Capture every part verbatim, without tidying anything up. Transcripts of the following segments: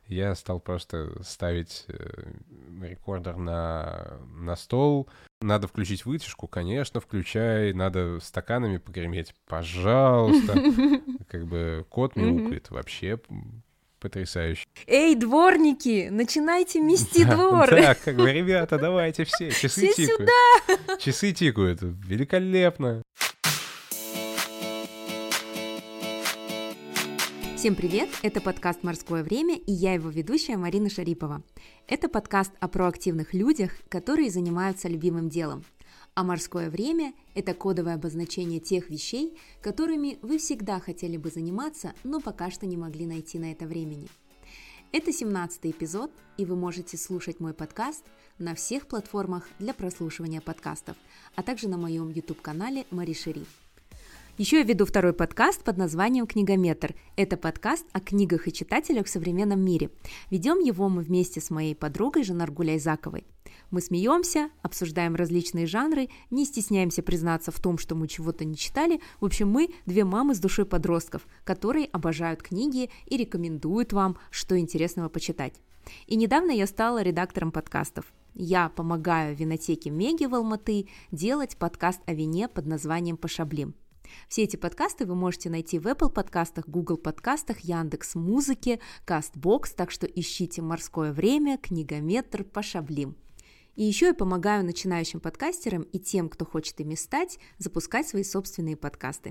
я стал просто ставить рекордер на, на стол. Надо включить вытяжку, конечно, включай. Надо стаканами погреметь, пожалуйста. Как бы кот мяукает, вообще потрясающе. Эй, дворники, начинайте мести двор. Да, как бы, ребята, давайте все, часы все тикают. Сюда. Часы тикают, великолепно. Всем привет, это подкаст «Морское время» и я его ведущая Марина Шарипова. Это подкаст о проактивных людях, которые занимаются любимым делом. А «Морское время» – это кодовое обозначение тех вещей, которыми вы всегда хотели бы заниматься, но пока что не могли найти на это времени. Это семнадцатый эпизод, и вы можете слушать мой подкаст на всех платформах для прослушивания подкастов, а также на моем YouTube-канале Мари Шери. Еще я веду второй подкаст под названием «Книгометр». Это подкаст о книгах и читателях в современном мире. Ведем его мы вместе с моей подругой Жанар Гуляйзаковой. Мы смеемся, обсуждаем различные жанры, не стесняемся признаться в том, что мы чего-то не читали. В общем, мы две мамы с душой подростков, которые обожают книги и рекомендуют вам, что интересного почитать. И недавно я стала редактором подкастов. Я помогаю винотеке Меги в Алматы делать подкаст о вине под названием «Пошаблим». Все эти подкасты вы можете найти в Apple подкастах, Google подкастах, Яндекс.Музыке, Castbox, так что ищите «Морское время», «Книгометр», «Пошаблим». И еще я помогаю начинающим подкастерам и тем, кто хочет ими стать, запускать свои собственные подкасты.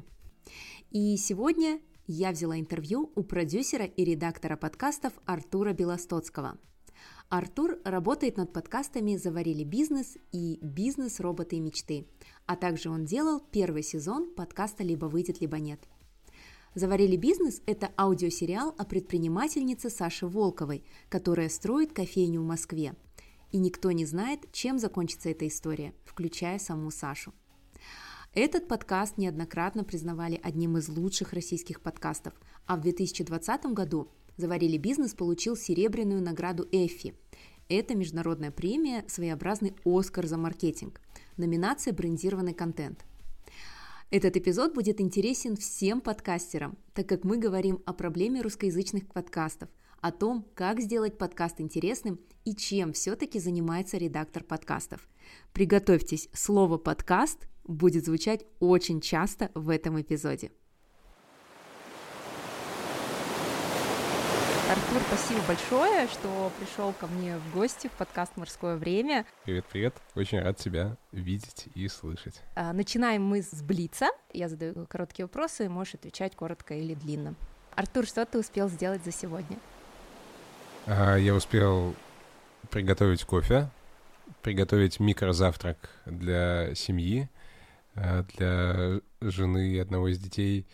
И сегодня я взяла интервью у продюсера и редактора подкастов Артура Белостоцкого. Артур работает над подкастами «Заварили бизнес» и «Бизнес. Роботы и мечты», а также он делал первый сезон подкаста «Либо выйдет, либо нет». «Заварили бизнес» – это аудиосериал о предпринимательнице Саше Волковой, которая строит кофейню в Москве. И никто не знает, чем закончится эта история, включая саму Сашу. Этот подкаст неоднократно признавали одним из лучших российских подкастов, а в две тысячи двадцатом году «Заварили бизнес» получил серебряную награду Эффи. Это международная премия, своеобразный «Оскар» за маркетинг. Номинация «Брендированный контент». Этот эпизод будет интересен всем подкастерам, так как мы говорим о проблеме русскоязычных подкастов, о том, как сделать подкаст интересным и чем все-таки занимается редактор подкастов. Приготовьтесь, слово «подкаст» будет звучать очень часто в этом эпизоде. Артур, спасибо большое, что пришел ко мне в гости в подкаст «Морское время». Привет-привет, очень рад тебя видеть и слышать. А, начинаем мы с блица. Я задаю короткие вопросы, можешь отвечать коротко или длинно. Артур, что ты успел сделать за сегодня? А, я успел приготовить кофе, приготовить микрозавтрак для семьи, для жены и одного из детей.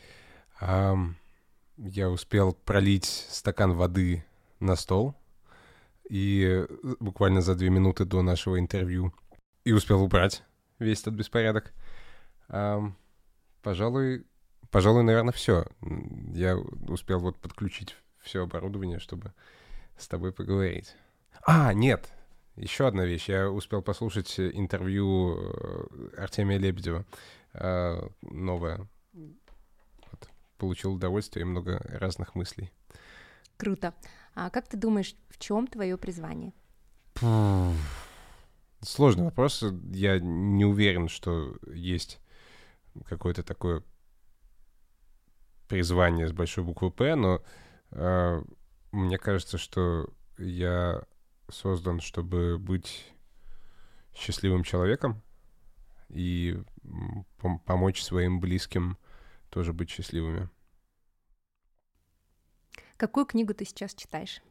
Я успел пролить стакан воды на стол и буквально за две минуты до нашего интервью и успел убрать весь этот беспорядок. А, пожалуй, пожалуй, наверное, все. Я успел вот подключить все оборудование, чтобы с тобой поговорить. А, нет, еще одна вещь. Я успел послушать интервью Артемия Лебедева, новое. Получил удовольствие и много разных мыслей. Круто. А как ты думаешь, в чем твое призвание? Сложный вопрос. Я не уверен, что есть какое-то такое призвание с большой буквы «П», но э, мне кажется, что я создан, чтобы быть счастливым человеком и пом- помочь своим близким тоже быть счастливыми. Какую книгу ты сейчас читаешь?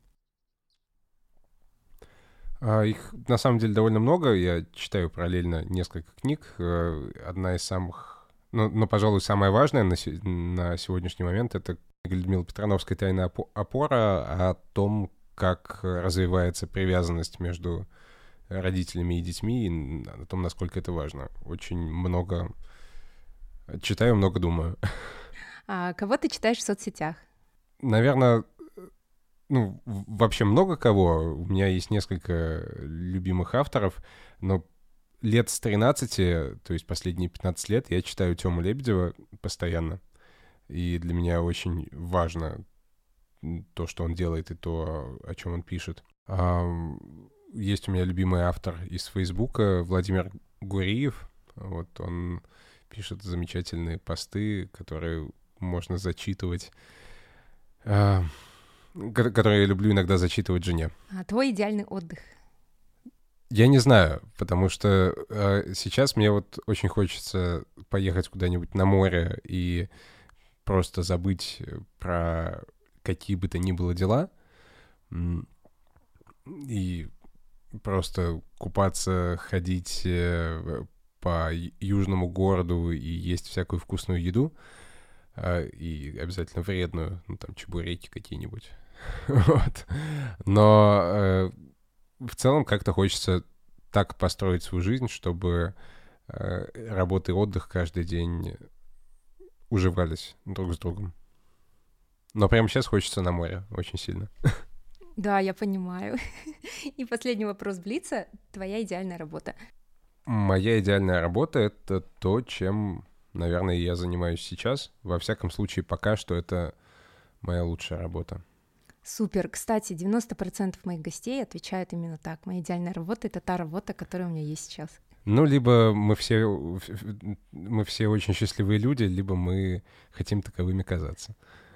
А, их на самом деле довольно много. Я читаю параллельно несколько книг. Одна из самых, ну, но, пожалуй, самая важная на, се- на сегодняшний момент — это книга Людмилы Петрановской «Тайная опора» о том, как развивается привязанность между родителями и детьми, и о том, насколько это важно. Очень много читаю, много думаю. А кого ты читаешь в соцсетях? Наверное, ну, вообще много кого. У меня есть несколько любимых авторов, но лет с тринадцати, то есть последние пятнадцать лет, я читаю Тему Лебедева постоянно. И для меня очень важно то, что он делает, и то, о чем он пишет. Есть у меня любимый автор из Фейсбука Владимир Гуриев. Вот он пишет замечательные посты, которые можно зачитывать, которые я люблю иногда зачитывать жене. А твой идеальный отдых? Я не знаю, потому что э, сейчас мне вот очень хочется поехать куда-нибудь на море и просто забыть про какие бы то ни было дела и просто купаться, ходить э, по южному городу и есть всякую вкусную еду, э, и обязательно вредную, ну там чебуреки какие-нибудь. Вот. Но э, в целом как-то хочется так построить свою жизнь, чтобы э, работа и отдых каждый день уживались друг с другом. Но прямо сейчас хочется на море очень сильно. Да, я понимаю. И последний вопрос Блица. Твоя идеальная работа? Моя идеальная работа — это то, чем, наверное, я занимаюсь сейчас. Во всяком случае, пока что это моя лучшая работа. Супер. Кстати, девяносто процентов моих гостей отвечают именно так. Моя идеальная работа — это та работа, которая у меня есть сейчас. Ну, либо мы все, мы все очень счастливые люди, либо мы хотим таковыми казаться.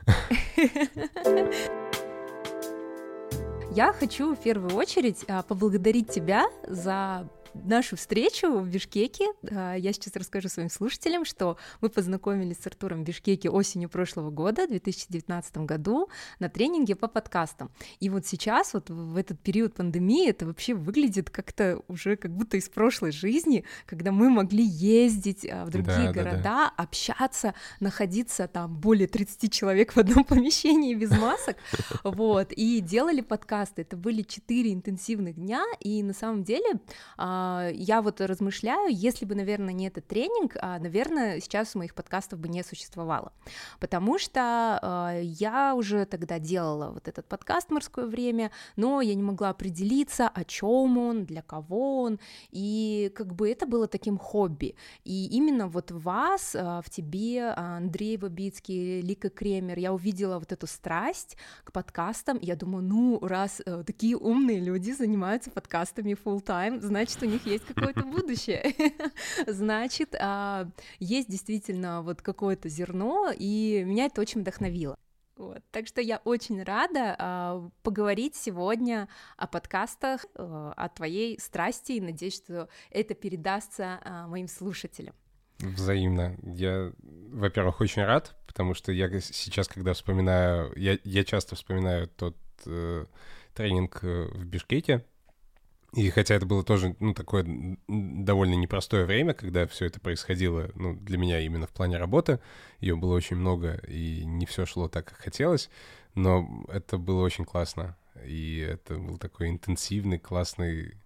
Я хочу в первую очередь поблагодарить тебя за нашу встречу в Бишкеке. Я сейчас расскажу своим слушателям, что мы познакомились с Артуром в Бишкеке осенью прошлого года, в две тысячи девятнадцатом году, на тренинге по подкастам. И вот сейчас, вот в этот период пандемии, это вообще выглядит как-то уже как будто из прошлой жизни, когда мы могли ездить в другие да, города, да, да. общаться, находиться там более тридцати человек в одном помещении без масок, вот, и делали подкасты. Это были четыре интенсивных дня, и на самом деле я вот размышляю, если бы, наверное, не этот тренинг, наверное, сейчас моих подкастов бы не существовало, потому что я уже тогда делала вот этот подкаст «Морское время», но я не могла определиться, о чем он, для кого он, и как бы это было таким хобби, и именно вот в вас, в тебе, Андрей Бабицкий, Лика Кремер, я увидела вот эту страсть к подкастам, я думаю, ну, раз такие умные люди занимаются подкастами full-time, значит, у них есть какое-то будущее, значит, а, есть действительно вот какое-то зерно, и меня это очень вдохновило. Вот. Так что я очень рада а, поговорить сегодня о подкастах, а, о твоей страсти, и надеюсь, что это передастся а, моим слушателям. Взаимно. Я, во-первых, очень рад, потому что я сейчас, когда вспоминаю, я, я часто вспоминаю тот э, тренинг в Бишкеке. И хотя это было тоже, ну, такое довольно непростое время, когда все это происходило, ну, для меня именно в плане работы, ее было очень много, и не все шло так, как хотелось, но это было очень классно, и это был такой интенсивный, классный,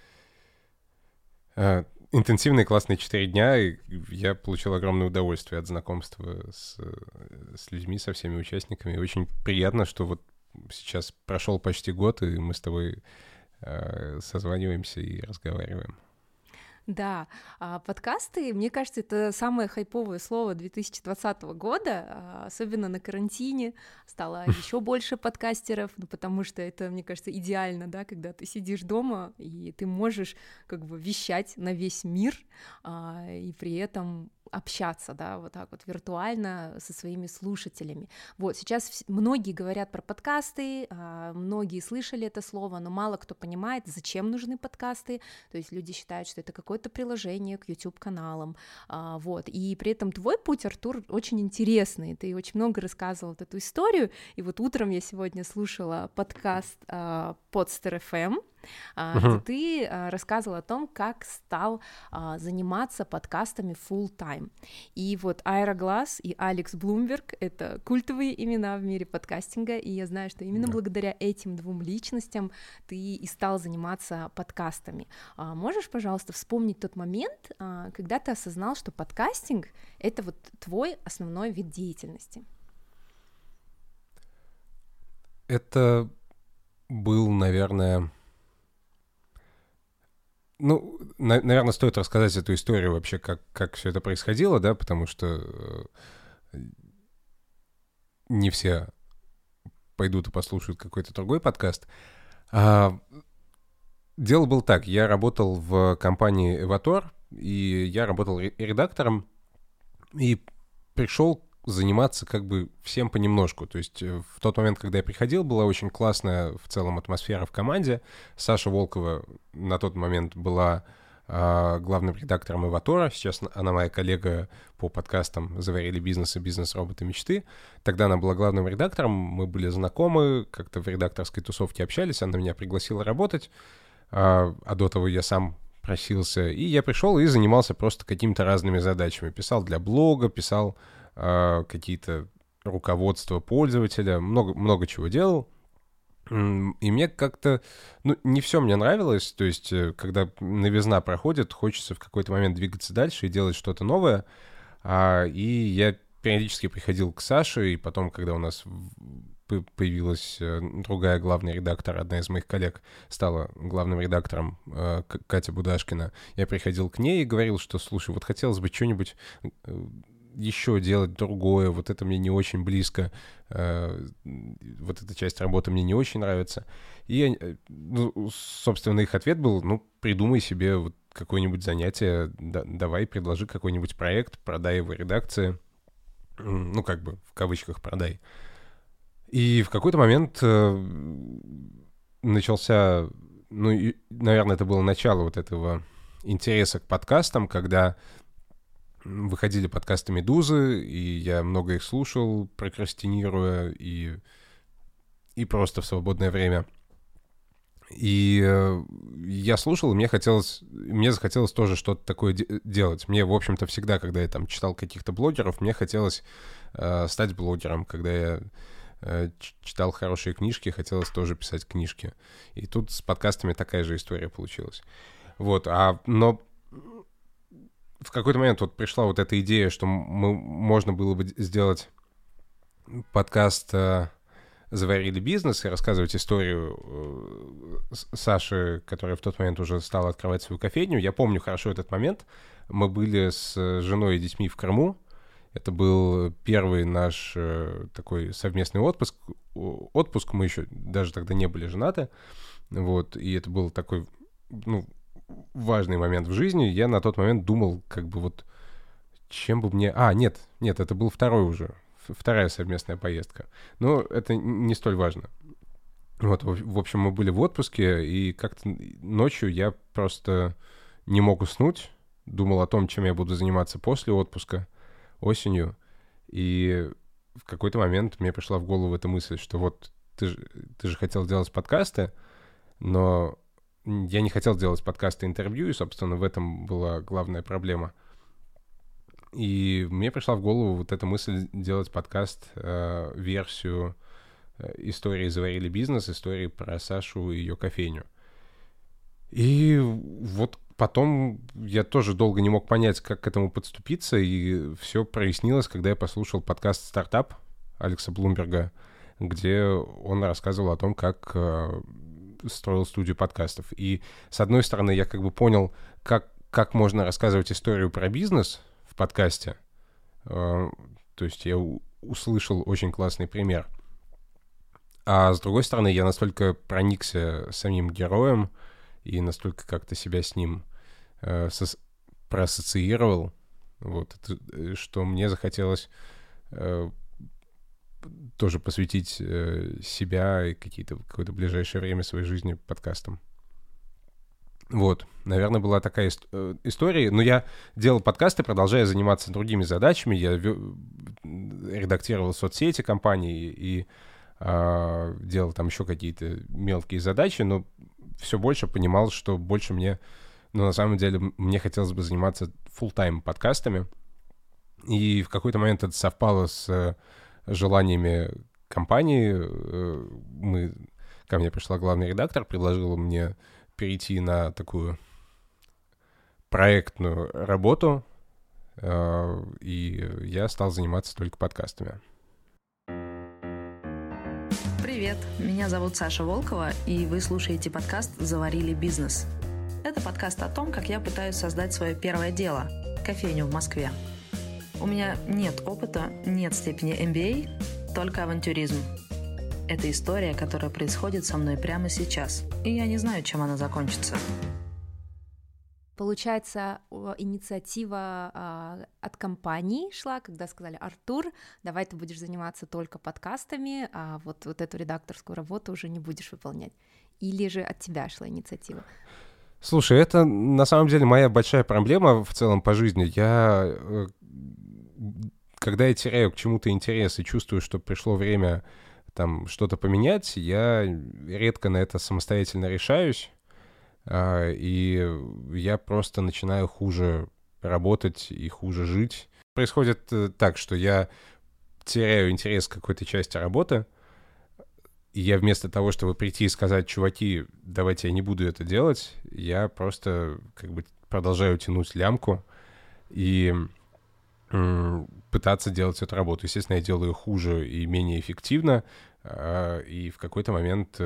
э, интенсивные классные четыре дня, и я получил огромное удовольствие от знакомства с, с людьми, со всеми участниками, и очень приятно, что вот сейчас прошел почти год, и мы с тобой созваниваемся и разговариваем. Да, подкасты, мне кажется, это самое хайповое слово две тысячи двадцатого года, особенно на карантине стало еще больше подкастеров, ну, потому что это, мне кажется, идеально, да, когда ты сидишь дома и ты можешь как бы вещать на весь мир и при этом общаться, да, вот так вот виртуально со своими слушателями. Вот, сейчас многие говорят про подкасты, многие слышали это слово, но мало кто понимает, зачем нужны подкасты, то есть люди считают, что это какое-то приложение к YouTube-каналам, вот, и при этом твой путь, Артур, очень интересный, ты очень много рассказывал вот эту историю, и вот утром я сегодня слушала подкаст Podster эф эм, Uh-huh. где ты uh, рассказывал о том, как стал uh, заниматься подкастами full-time. И вот Айра Гласс и Алекс Блумберг — это культовые имена в мире подкастинга, и я знаю, что именно yeah. благодаря этим двум личностям ты и стал заниматься подкастами. Uh, можешь, пожалуйста, вспомнить тот момент, uh, когда ты осознал, что подкастинг — это вот твой основной вид деятельности? Это был, наверное... Ну, на- наверное, стоит рассказать эту историю вообще, как, как все это происходило, да, потому что э, не все пойдут и послушают какой-то другой подкаст. А, дело было так. Я работал в компании Эватор, и я работал редактором, и пришел заниматься как бы всем понемножку. То есть в тот момент, когда я приходил, была очень классная в целом атмосфера в команде. Саша Волкова на тот момент была э, главным редактором Эватора. Сейчас она моя коллега по подкастам «Заварили бизнес» и «Бизнес-роботы мечты». Тогда она была главным редактором, мы были знакомы, как-то в редакторской тусовке общались, она меня пригласила работать, э, а до того я сам просился. И я пришел и занимался просто какими-то разными задачами. Писал для блога, писал э, какие-то руководства пользователя, много, много чего делал. И мне как-то, ну, не все мне нравилось. То есть, когда новизна проходит, хочется в какой-то момент двигаться дальше и делать что-то новое. А, и я периодически приходил к Саше, и потом, когда у нас появилась другая главный редактор, одна из моих коллег стала главным редактором, Катя Будашкина, я приходил к ней и говорил, что, слушай, вот хотелось бы что-нибудь еще делать другое, вот это мне не очень близко, вот эта часть работы мне не очень нравится. И, ну, собственно, их ответ был, ну, придумай себе вот какое-нибудь занятие, да, давай, предложи какой-нибудь проект, продай его редакции, ну, как бы, в кавычках, продай. И в какой-то момент э, начался, ну, и, наверное, это было начало вот этого интереса к подкастам, когда выходили подкасты «Медузы», и я много их слушал, прокрастинируя и, и просто в свободное время. И э, я слушал, и мне хотелось, мне захотелось тоже что-то такое де- делать. Мне, в общем-то, всегда, когда я там читал каких-то блогеров, мне хотелось э, стать блогером, когда я читал хорошие книжки, хотелось тоже писать книжки. И тут с подкастами такая же история получилась. Вот, а, но в какой-то момент вот пришла вот эта идея, что мы, можно было бы сделать подкаст «Заварили бизнес» и рассказывать историю Саши, которая в тот момент уже стала открывать свою кофейню. Я помню хорошо этот момент. Мы были с женой и детьми в Крыму. Это был первый наш э, такой совместный отпуск. Отпуск, мы еще даже тогда не были женаты. Вот, и это был такой, ну, важный момент в жизни. Я на тот момент думал, как бы вот, чем бы мне... А, нет, нет, это был второй уже, вторая совместная поездка. Но это не столь важно. Вот, в общем, мы были в отпуске, и как-то ночью я просто не мог уснуть. Думал о том, чем я буду заниматься после отпуска, осенью, и в какой-то момент мне пришла в голову эта мысль, что вот ты же, ты же хотел делать подкасты, но я не хотел делать подкасты-интервью, и, собственно, в этом была главная проблема. И мне пришла в голову вот эта мысль делать подкаст, э, версию э, истории «Заварили бизнес», истории про Сашу и ее кофейню. И вот потом я тоже долго не мог понять, как к этому подступиться, и все прояснилось, когда я послушал подкаст «Стартап» Алекса Блумберга, где он рассказывал о том, как э, строил студию подкастов. И, с одной стороны, я как бы понял, как, как можно рассказывать историю про бизнес в подкасте. Э, то есть я у- услышал очень классный пример. А с другой стороны, я настолько проникся самим героем, и настолько как-то себя с ним э, сос- проассоциировал, вот, это, что мне захотелось э, тоже посвятить э, себя и какие-то, какое-то ближайшее время своей жизни подкастам. Вот, наверное, была такая ист- э, история. Но я делал подкасты, продолжая заниматься другими задачами. Я вё- редактировал соцсети компании и э, делал там еще какие-то мелкие задачи, но все больше понимал, что больше мне, ну, на самом деле, мне хотелось бы заниматься фулл-тайм подкастами. И в какой-то момент это совпало с э, желаниями компании. Э, мы, ко мне пришла главный редактор, предложила мне перейти на такую проектную работу, э, и я стал заниматься только подкастами. Привет, меня зовут Саша Волкова, и вы слушаете подкаст «Заварили бизнес». Это подкаст о том, как я пытаюсь создать свое первое дело – кофейню в Москве. У меня нет опыта, нет степени эм би эй, только авантюризм. Это история, которая происходит со мной прямо сейчас, и я не знаю, чем она закончится. Получается, инициатива а, от компании шла, когда сказали: Артур, давай ты будешь заниматься только подкастами, а вот, вот эту редакторскую работу уже не будешь выполнять. Или же от тебя шла инициатива? Слушай, это на самом деле моя большая проблема в целом по жизни. Я, когда я теряю к чему-то интерес и чувствую, что пришло время там что-то поменять, я редко на это самостоятельно решаюсь. И я просто начинаю хуже работать и хуже жить. Происходит так, что я теряю интерес к какой-то части работы, и я вместо того, чтобы прийти и сказать: чуваки, давайте я не буду это делать, я просто как бы продолжаю тянуть лямку и м- пытаться делать эту работу. Естественно, я делаю хуже и менее эффективно, и в какой-то момент...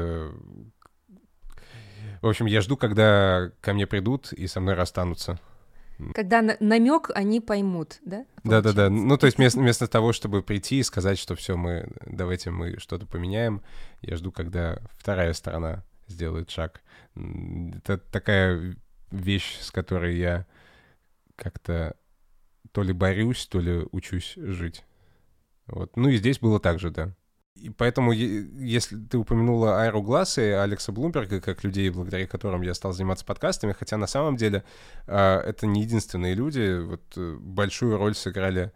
В общем, я жду, когда ко мне придут и со мной расстанутся. Когда на- намек они поймут, да? Да-да-да. Ну, то есть вместо, вместо того, чтобы прийти и сказать, что все, мы, давайте мы что-то поменяем, я жду, когда вторая сторона сделает шаг. Это такая вещь, с которой я как-то то ли борюсь, то ли учусь жить. Вот. Ну и здесь было так же, да. И поэтому, если ты упомянула Айру Гласс и Алекса Блумберга как людей, благодаря которым я стал заниматься подкастами, хотя на самом деле это не единственные люди. Вот большую роль сыграли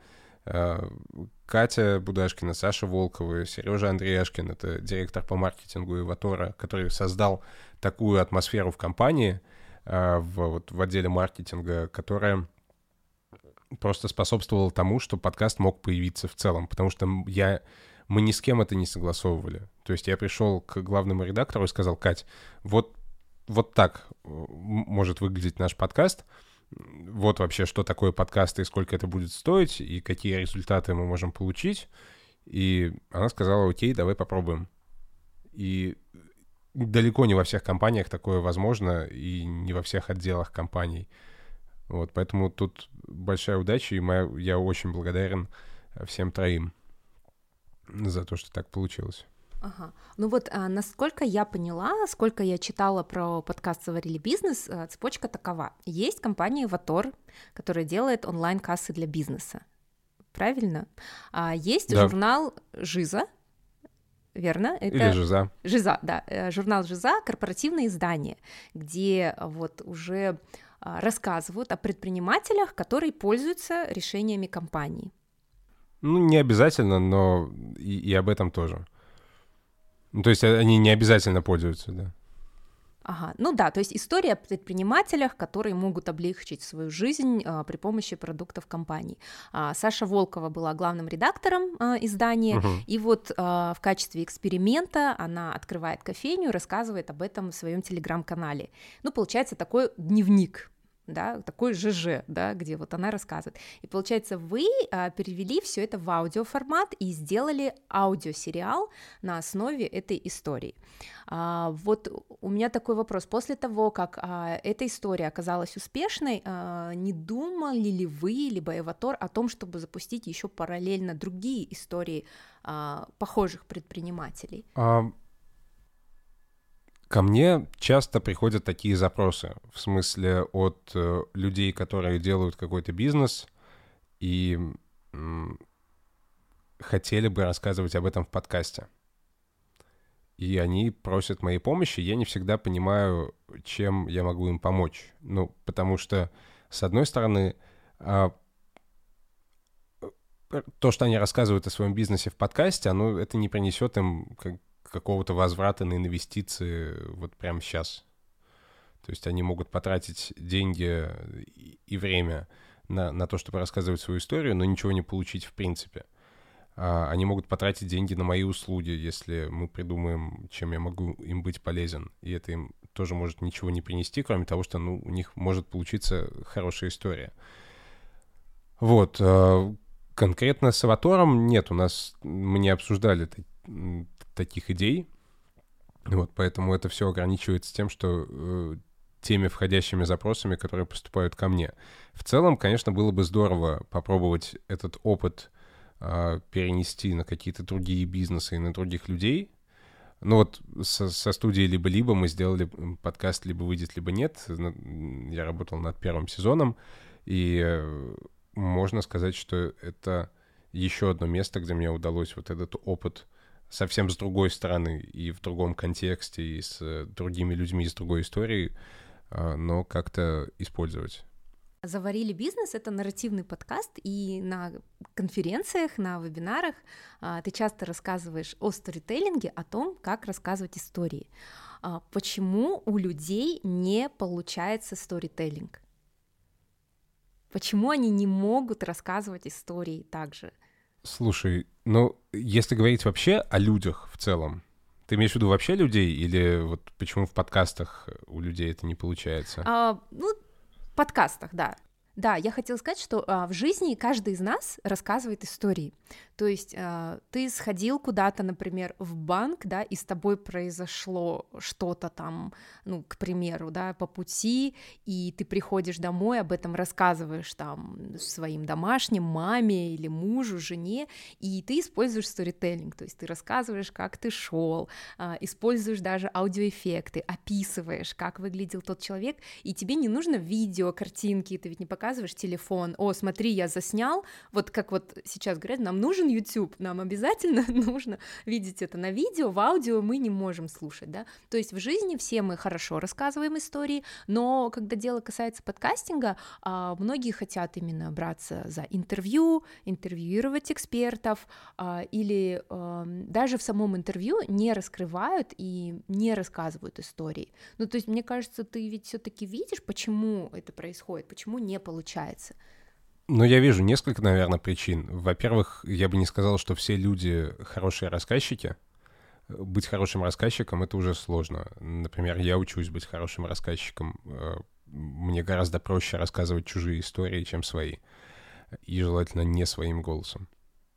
Катя Будашкина, Саша Волкова, Сережа Андреяшкин, это директор по маркетингу Иватора, который создал такую атмосферу в компании, в, вот, в отделе маркетинга, которая просто способствовала тому, что подкаст мог появиться в целом, потому что я... Мы ни с кем это не согласовывали. То есть я пришел к главному редактору и сказал: Кать, вот, вот так может выглядеть наш подкаст, вот вообще, что такое подкаст и сколько это будет стоить, и какие результаты мы можем получить. И она сказала: окей, давай попробуем. И далеко не во всех компаниях такое возможно, и не во всех отделах компаний. Вот, поэтому тут большая удача, и моя, я очень благодарен всем троим за то, что так получилось. Ага. Ну вот, а, насколько я поняла, сколько я читала про подкаст «Заварили бизнес», а, цепочка такова. Есть компания Иватор, которая делает онлайн-кассы для бизнеса. Правильно? А есть да. журнал «Жиза», верно? Это... Или «Жиза». «Жиза», да. Журнал «Жиза» — корпоративное издание, где вот уже рассказывают о предпринимателях, которые пользуются решениями компании. Ну, не обязательно, но и, и об этом тоже. Ну, то есть они не обязательно пользуются, да. Ага, ну да, то есть история о предпринимателях, которые могут облегчить свою жизнь а, при помощи продуктов компаний. А, Саша Волкова была главным редактором а, издания, uh-huh. и вот а, в качестве эксперимента она открывает кофейню и рассказывает об этом в своем телеграм-канале. Ну, получается, такой дневник. Да, такой ЖЖ, да, где вот она рассказывает. И получается, вы а, перевели все это в аудиоформат и сделали аудиосериал на основе этой истории. А, вот у меня такой вопрос. После того, как а, эта история оказалась успешной, а, не думали ли вы, либо Иватор, о том, чтобы запустить еще параллельно другие истории а, похожих предпринимателей? А... Ко мне часто приходят такие запросы, в смысле от э, людей, которые делают какой-то бизнес и м, хотели бы рассказывать об этом в подкасте. И они просят моей помощи, я не всегда понимаю, чем я могу им помочь. Ну, потому что, с одной стороны, э, то, что они рассказывают о своем бизнесе в подкасте, оно, это не принесет им... Как, какого-то возврата на инвестиции вот прямо сейчас. То есть они могут потратить деньги и время на, на то, чтобы рассказывать свою историю, но ничего не получить в принципе. А они могут потратить деньги на мои услуги, если мы придумаем, чем я могу им быть полезен. И это им тоже может ничего не принести, кроме того, что ну, у них может получиться хорошая история. Вот. Конкретно с Иватором нет, у нас мы не обсуждали таких идей, вот, поэтому это все ограничивается тем, что э, теми входящими запросами, которые поступают ко мне. В целом, конечно, было бы здорово попробовать этот опыт э, перенести на какие-то другие бизнесы и на других людей, Ну вот со, со студией «Либо-либо» мы сделали подкаст «Либо выйдет, либо нет». Я работал над первым сезоном, и можно сказать, что это еще одно место, где мне удалось вот этот опыт совсем с другой стороны и в другом контексте, и с другими людьми из другой истории, но как-то использовать. «Заварили бизнес» — это нарративный подкаст, и на конференциях, на вебинарах а, ты часто рассказываешь о сторителлинге, о том, как рассказывать истории. А, почему у людей не получается сторителлинг? Почему они не могут рассказывать истории так же? Слушай, ну, если говорить вообще о людях в целом, ты имеешь в виду вообще людей, или вот почему в подкастах у людей это не получается? А, ну, в подкастах, да. Да, я хотела сказать, что а, в жизни каждый из нас рассказывает истории. То есть а, ты сходил куда-то, например, в банк, да, и с тобой произошло что-то там, ну, к примеру, да, по пути, и ты приходишь домой, об этом рассказываешь там своим домашним, маме или мужу, жене, и ты используешь сторителлинг, то есть ты рассказываешь, как ты шел, а, используешь даже аудиоэффекты, описываешь, как выглядел тот человек, и тебе не нужно видео, картинки, ты ведь не показываешь показываешь телефон, о, смотри, я заснял, вот как вот сейчас говорят, нам нужен YouTube, нам обязательно нужно видеть это на видео, в аудио мы не можем слушать, да, то есть в жизни все мы хорошо рассказываем истории, но когда дело касается подкастинга, многие хотят именно браться за интервью, интервьюировать экспертов, или даже в самом интервью не раскрывают и не рассказывают истории, ну, то есть мне кажется, ты ведь все-таки видишь, почему это происходит, почему не получается. Получается. Ну, я вижу несколько, наверное, причин. Во-первых, я бы не сказал, что все люди хорошие рассказчики. Быть хорошим рассказчиком — это уже сложно. Например, я учусь быть хорошим рассказчиком. Мне гораздо проще рассказывать чужие истории, чем свои. И желательно не своим голосом.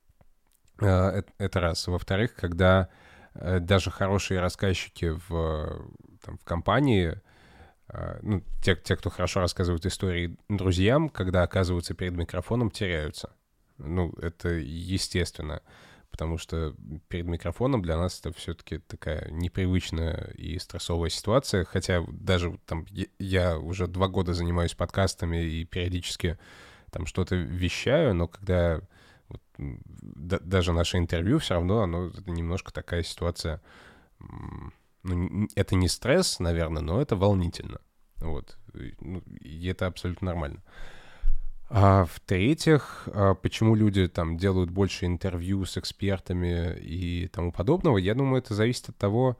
Это раз. Во-вторых, когда даже хорошие рассказчики в, там, в компании... Ну, те, те, кто хорошо рассказывают истории друзьям, когда оказываются перед микрофоном, теряются. Ну, это естественно, потому что перед микрофоном для нас это все-таки такая непривычная и стрессовая ситуация, хотя даже там я уже два года занимаюсь подкастами и периодически там что-то вещаю, но когда вот, да, даже наше интервью, все равно оно это немножко такая ситуация... Ну, это не стресс, наверное, но это волнительно. Вот. И это абсолютно нормально. А в-третьих, почему люди там делают больше интервью с экспертами и тому подобного, я думаю, это зависит от того,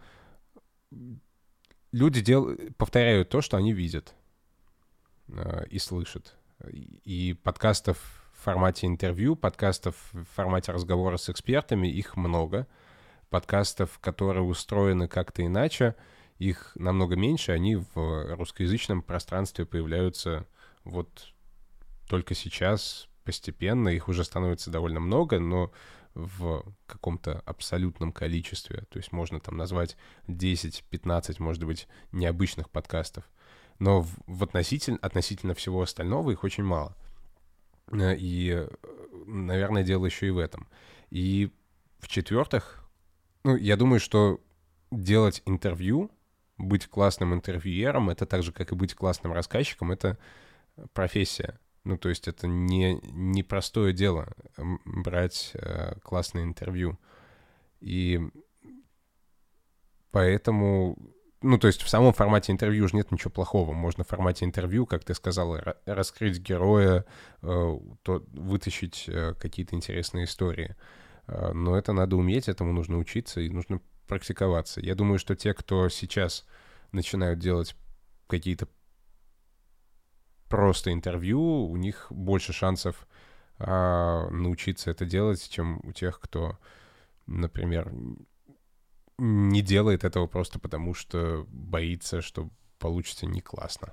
люди дел... повторяют то, что они видят и слышат. И подкастов в формате интервью, подкастов в формате разговора с экспертами, их много. Подкастов, которые устроены как-то иначе, их намного меньше, они в русскоязычном пространстве появляются вот только сейчас, постепенно, их уже становится довольно много, но в каком-то абсолютном количестве, то есть можно там назвать десять-пятнадцать, может быть, необычных подкастов, но в, в относительно, относительно всего остального их очень мало. И, наверное, дело еще и в этом. И в-четвертых, ну, я думаю, что делать интервью, быть классным интервьюером, это так же, как и быть классным рассказчиком, это профессия. Ну, то есть это не, не простое дело брать э, классное интервью. И поэтому, ну, то есть в самом формате интервью уже нет ничего плохого. Можно в формате интервью, как ты сказал, раскрыть героя, э, то вытащить э, какие-то интересные истории. Но это надо уметь, этому нужно учиться и нужно практиковаться. Я думаю, что те, кто сейчас начинают делать какие-то просто интервью, у них больше шансов а, научиться это делать, чем у тех, кто, например, не делает этого просто потому, что боится, что получится не классно.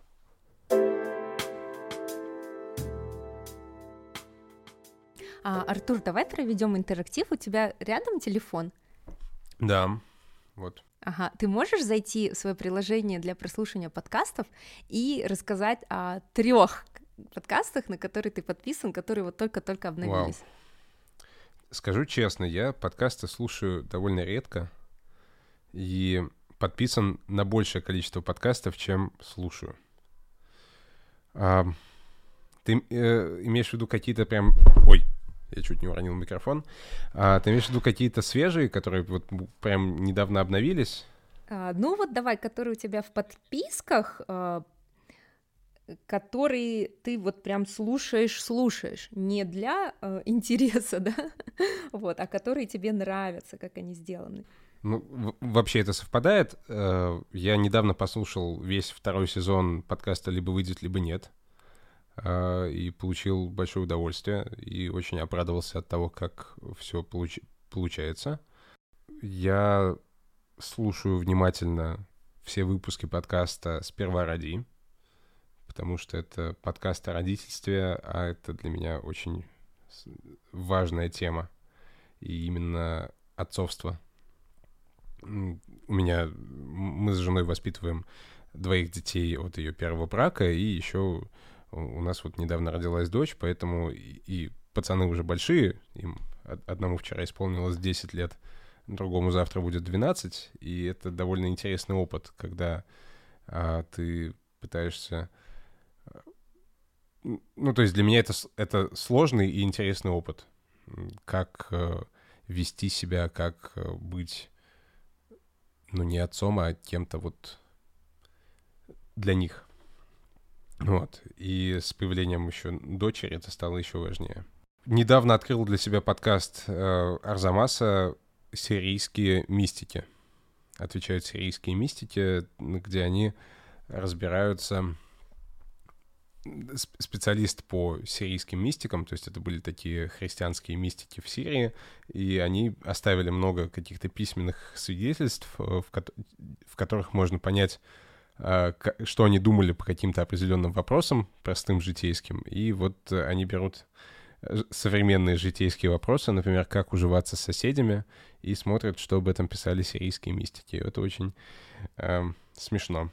А, Артур, давай проведем интерактив. У тебя рядом телефон? Да, вот. Ага, ты можешь зайти в свое приложение для прослушивания подкастов и рассказать о трех подкастах, на которые ты подписан, которые вот только-только обновились? Вау. Скажу честно, я подкасты слушаю довольно редко, и подписан на большее количество подкастов, чем слушаю. А, ты э, имеешь в виду какие-то прям... Ой, я чуть не уронил микрофон. А, ты имеешь в виду какие-то свежие, которые вот прям недавно обновились? А, ну вот давай, которые у тебя в подписках, а, которые ты вот прям слушаешь-слушаешь, не для а, интереса, да, вот, а которые тебе нравятся, как они сделаны. Ну, в- вообще это совпадает. Э, Я недавно послушал весь второй сезон подкаста «Либо выйдет, либо нет», э, и получил большое удовольствие, и очень обрадовался от того, как все получается. Я слушаю внимательно все выпуски подкаста «Сперва роди», потому что это подкаст о родительстве, а это для меня очень с- важная тема, и именно отцовство. М, У меня, м, мы с женой воспитываем двоих детей от ее первого брака, и еще у у нас вот недавно родилась дочь, поэтому и, и пацаны уже большие, им од- одному вчера исполнилось десять лет, другому завтра будет двенадцать, и это довольно интересный опыт, когда а, ты пытаешься... а, н- Ну, то есть для меня это, с- это сложный и интересный опыт, М, как э, вести себя, как э, быть, ну, не отцом, а кем-то вот для них. Вот. И с появлением еще дочери это стало еще важнее. Недавно открыл для себя подкаст э, Арзамаса «Сирийские мистики». Отвечают сирийские мистики, где они разбираются... сп- Специалист по сирийским мистикам, то есть это были такие христианские мистики в Сирии, и они оставили много каких-то письменных свидетельств, э, в, ко- в которых можно понять, э, ка- что они думали по каким-то определенным вопросам, простым житейским, и вот э, они берут э, ж- современные житейские вопросы, например, как уживаться с соседями, и смотрят, что об этом писали сирийские мистики. Это очень эм, смешно.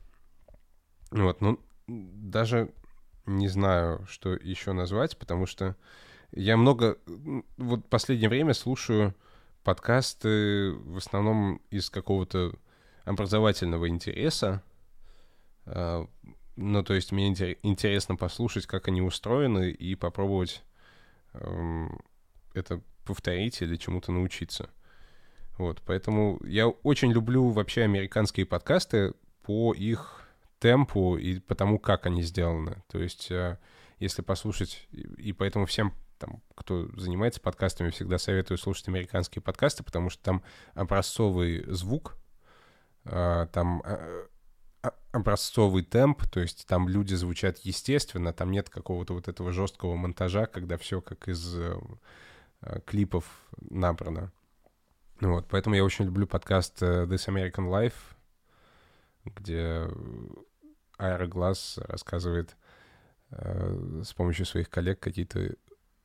Вот, ну, даже не знаю, что еще назвать, потому что я много, м, вот последнее время слушаю подкасты в основном из какого-то образовательного интереса. А, Ну, то есть мне интер- интересно послушать, как они устроены, и попробовать эм, это повторить или чему-то научиться. Вот, поэтому я очень люблю вообще американские подкасты по их темпу и по тому, как они сделаны. То есть, э, если послушать, и и поэтому всем, там, кто занимается подкастами, всегда советую слушать американские подкасты, потому что там образцовый звук, э, там э, а- образцовый темп, то есть там люди звучат естественно, там нет какого-то вот этого жесткого монтажа, когда все как из э, э, клипов набрано. Вот, поэтому я очень люблю подкаст э, This American Life, где Айра Гласс рассказывает э, с помощью своих коллег какие-то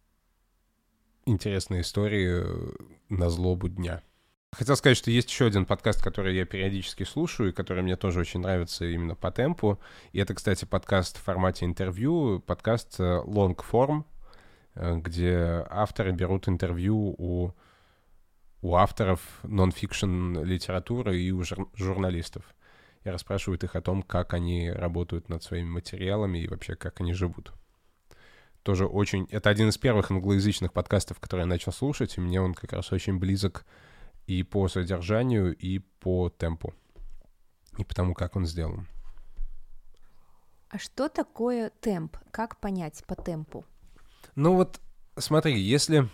интересные истории э, на злобу дня. Хотел сказать, что есть еще один подкаст, который я периодически слушаю, и который мне тоже очень нравится именно по темпу. И это, кстати, подкаст в формате интервью, подкаст э, Long Form, э, где авторы берут интервью у у авторов нон-фикшн литературы и у жур- журналистов. И расспрашивают их о том, как они работают над своими материалами и вообще, как они живут. Тоже очень... Это один из первых англоязычных подкастов, которые я начал слушать, и мне он как раз очень близок и по содержанию, и по темпу, и по тому, как он сделан. А что такое темп? Как понять по темпу? Ну вот, смотри, если...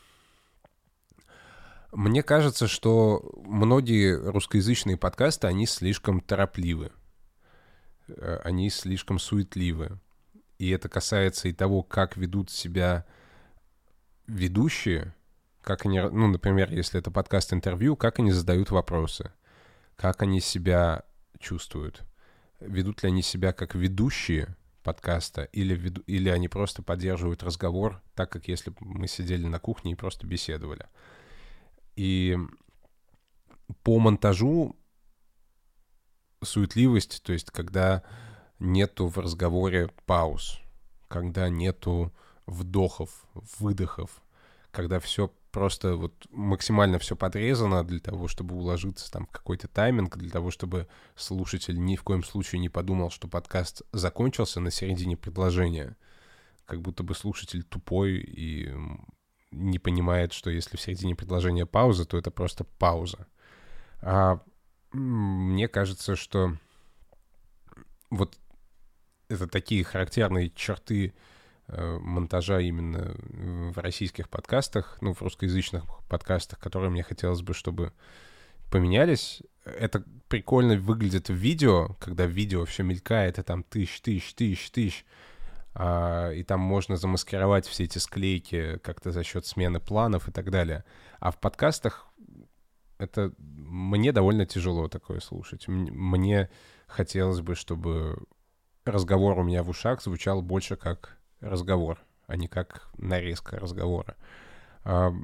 Мне кажется, что многие русскоязычные подкасты, они слишком торопливы. Э, Они слишком суетливы. И это касается и того, как ведут себя ведущие, как они, ну, например, если это подкаст-интервью, как они задают вопросы, как они себя чувствуют, ведут ли они себя как ведущие подкаста, или, веду, или они просто поддерживают разговор, так как если бы мы сидели на кухне и просто беседовали. И по монтажу суетливость, то есть когда нету в разговоре пауз, когда нету вдохов, выдохов, когда все просто вот максимально все подрезано для того, чтобы уложиться там в какой-то тайминг, для того, чтобы слушатель ни в коем случае не подумал, что подкаст закончился на середине предложения. Как будто бы слушатель тупой и не понимает, что если в середине предложения пауза, то это просто пауза. А мне кажется, что вот это такие характерные черты э, монтажа именно в российских подкастах, ну, в русскоязычных подкастах, которые мне хотелось бы, чтобы поменялись. Это прикольно выглядит в видео, когда в видео все мелькает, и там тысяч, тысяч, тысяч, тысяч, а, и там можно замаскировать все эти склейки как-то за счет смены планов и так далее. А в подкастах это мне довольно тяжело такое слушать. Мне хотелось бы, чтобы разговор у меня в ушах звучал больше как разговор, а не как нарезка разговора. А,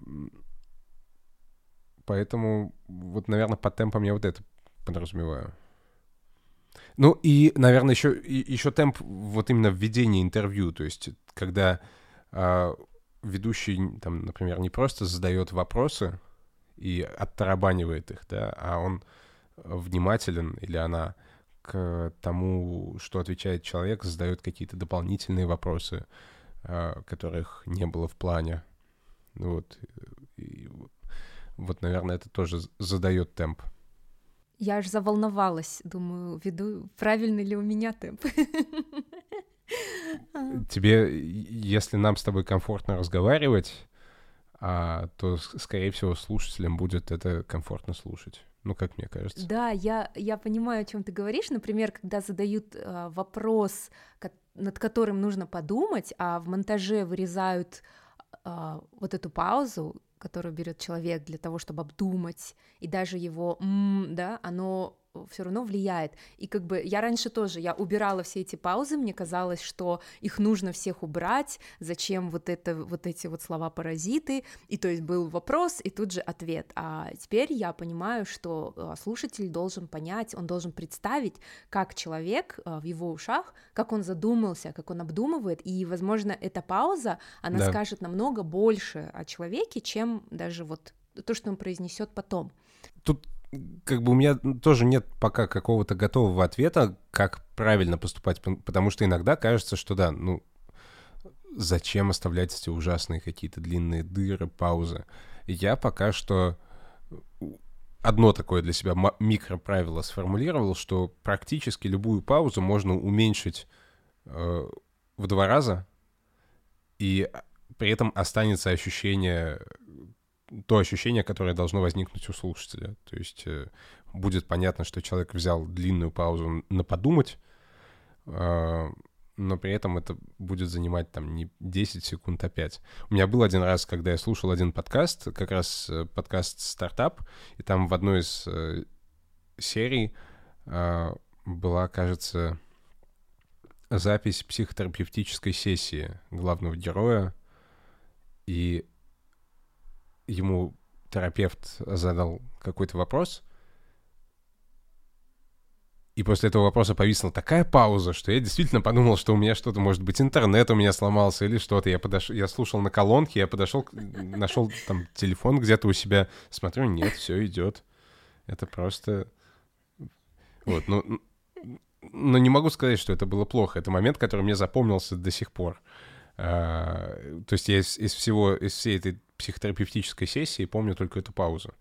поэтому вот, наверное, под темпом я вот это подразумеваю. Ну и, наверное, еще, еще темп вот именно введения интервью, то есть когда а, ведущий, там, например, не просто задает вопросы и оттарабанивает их, да, а он внимателен или она к тому, что отвечает человек, задает какие-то дополнительные вопросы, которых не было в плане. Вот, и, вот, наверное, это тоже задает темп. Я аж заволновалась, думаю, веду, правильный ли у меня темп. Тебе, если нам с тобой комфортно разговаривать, а, то, скорее всего, слушателям будет это комфортно слушать. Ну, как мне кажется. Да, я, я понимаю, о чем ты говоришь. Например, когда задают э, вопрос, ко- над которым нужно подумать, а в монтаже вырезают э, вот эту паузу, которую берет человек для того, чтобы обдумать, и даже его м, да, оно все равно влияет. И как бы я раньше тоже, я убирала все эти паузы, мне казалось, что их нужно всех убрать, зачем вот, это, вот эти вот слова-паразиты, и то есть был вопрос, и тут же ответ. А теперь я понимаю, что слушатель должен понять, он должен представить, как человек в его ушах, как он задумался, как он обдумывает, и, возможно, эта пауза, она да. скажет намного больше о человеке, чем даже вот то, что он произнесет потом. Тут как бы у меня тоже нет пока какого-то готового ответа, как правильно поступать, потому что иногда кажется, что да, ну, зачем оставлять эти ужасные какие-то длинные дыры, паузы. Я пока что одно такое для себя микроправило сформулировал, что практически любую паузу можно уменьшить э, в два раза, и при этом останется ощущение... то ощущение, которое должно возникнуть у слушателя. То есть э, будет понятно, что человек взял длинную паузу на подумать, э, но при этом это будет занимать там не десять секунд, а пять. У меня был один раз, когда я слушал один подкаст, как раз э, подкаст «Стартап», и там в одной из э, серий э, была, кажется, запись психотерапевтической сессии главного героя, и ему терапевт задал какой-то вопрос, и после этого вопроса повисла такая пауза, что я действительно подумал, что у меня что-то, может быть, интернет у меня сломался или что-то. Я подошел, я слушал на колонке, я подошел, нашел там телефон где-то у себя, смотрю, нет, все идет. Это просто... Вот, ну... Но не могу сказать, что это было плохо. Это момент, который мне запомнился до сих пор. А, то есть я из, из всего, из всей этой психотерапевтической сессии помню только эту паузу.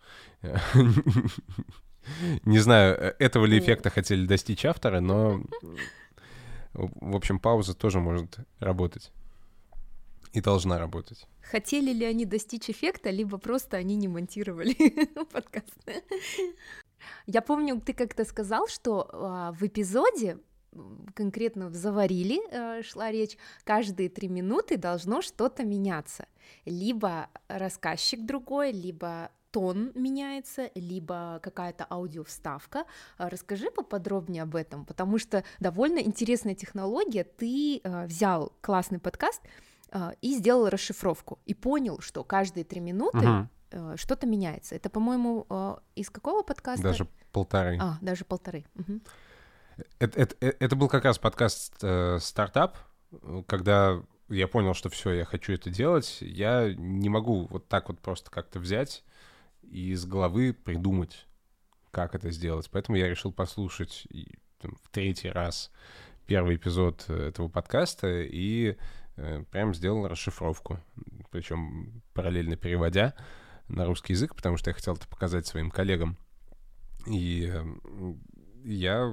Не знаю, этого ли эффекта хотели достичь авторы, но, в общем, пауза тоже может работать. И должна работать. Хотели ли они достичь эффекта, либо просто они не монтировали подкаст. Я помню, ты как-то сказал, что а, в эпизоде, конкретно в «Заварили» э, шла речь, каждые три минуты должно что-то меняться. Либо рассказчик другой, либо тон меняется, либо какая-то аудиовставка. Расскажи поподробнее об этом, потому что довольно интересная технология. Ты э, взял классный подкаст э, и сделал расшифровку, и понял, что каждые три минуты uh-huh. э, что-то меняется. Это, по-моему, э, из какого подкаста? Даже полторы. А, даже полторы. Uh-huh. Это, это, это был как раз подкаст э, «Стартап», когда я понял, что все, я хочу это делать, я не могу вот так вот просто как-то взять и из головы придумать, как это сделать. Поэтому я решил послушать там, в третий раз первый эпизод этого подкаста и э, прям сделал расшифровку, причем параллельно переводя на русский язык, потому что я хотел это показать своим коллегам. И э, я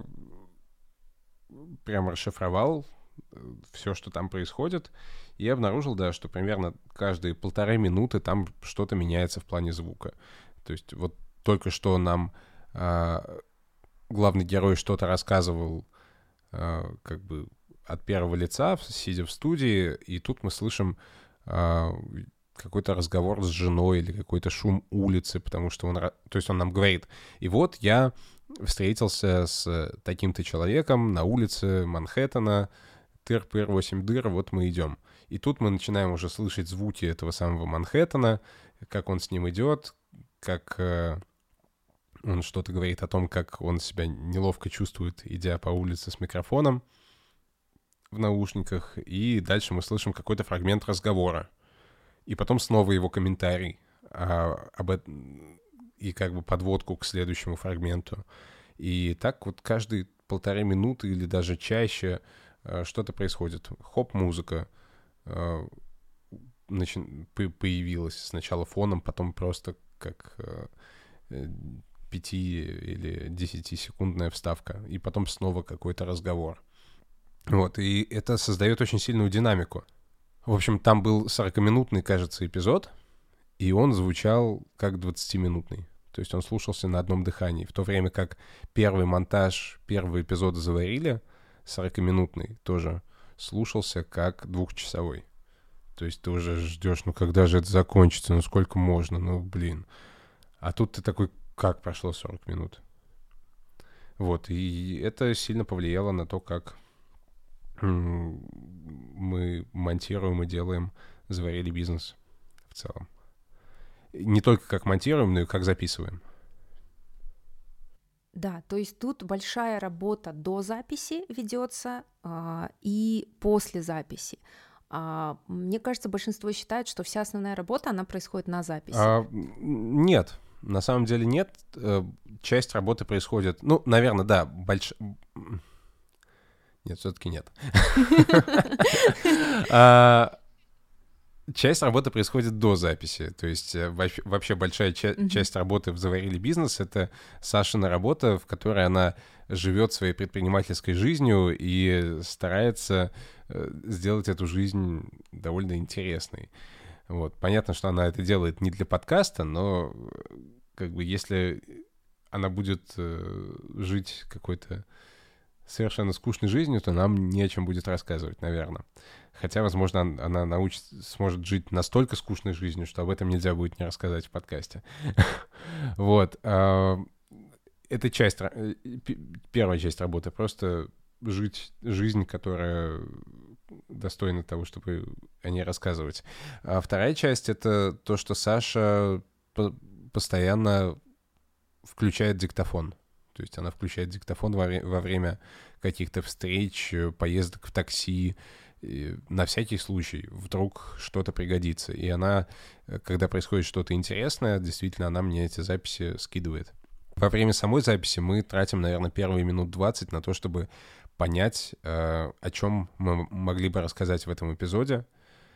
прям расшифровал все, что там происходит, и обнаружил, да, что примерно каждые полторы минуты там что-то меняется в плане звука. То есть вот только что нам э, главный герой что-то рассказывал э, как бы от первого лица, сидя в студии, и тут мы слышим э, какой-то разговор с женой или какой-то шум улицы, потому что он... То есть он нам говорит, и вот я встретился с таким-то человеком на улице Манхэттена, тыр-пыр, восемь дыр, вот мы идем. И тут мы начинаем уже слышать звуки этого самого Манхэттена, как он с ним идет, как э, он что-то говорит о том, как он себя неловко чувствует, идя по улице с микрофоном в наушниках. И дальше мы слышим какой-то фрагмент разговора. И потом снова его комментарий а, об этом, и как бы подводку к следующему фрагменту. И так вот каждые полторы минуты или даже чаще что-то происходит. Хоп, музыка э, начи- появилась сначала фоном, потом просто как э, пяти- или десятисекундная вставка, и потом снова какой-то разговор. Вот, и это создает очень сильную динамику. В общем, там был сорокаминутный, кажется, эпизод, и он звучал как двадцатиминутный. То есть он слушался на одном дыхании, в то время как первый монтаж первого эпизода «Заварили», сорокаминутный, тоже слушался как двухчасовой. То есть ты уже ждешь, ну когда же это закончится, ну сколько можно, ну блин. А тут ты такой, как прошло сорок минут? Вот, и это сильно повлияло на то, как мы монтируем и делаем «Заварили бизнес» в целом. Не только как монтируем, но и как записываем. Да, то есть тут большая работа до записи ведется а, и после записи. А, мне кажется, большинство считает, что вся основная работа, она происходит на записи. А, нет, на самом деле нет. Часть работы происходит, ну, наверное, да, больш... Нет, все-таки нет. Часть работы происходит до записи, то есть вообще большая ча- часть работы в «Заварили бизнес» — это Сашина работа, в которой она живет своей предпринимательской жизнью и старается сделать эту жизнь довольно интересной. Вот. Понятно, что она это делает не для подкаста, но как бы если она будет жить какой-то совершенно скучной жизнью, то нам не о чем будет рассказывать, наверное. Хотя, возможно, она научит, сможет жить настолько скучной жизнью, что об этом нельзя будет не рассказать в подкасте. Вот. Это часть, первая часть работы. Просто жить жизнь, которая достойна того, чтобы о ней рассказывать. А вторая часть — это то, что Саша постоянно включает диктофон. То есть она включает диктофон во, вре- во время каких-то встреч, поездок в такси, на всякий случай, вдруг что-то пригодится. И она, когда происходит что-то интересное, действительно, она мне эти записи скидывает. Во время самой записи мы тратим, наверное, первые минут двадцать на то, чтобы понять, э, о чем мы могли бы рассказать в этом эпизоде.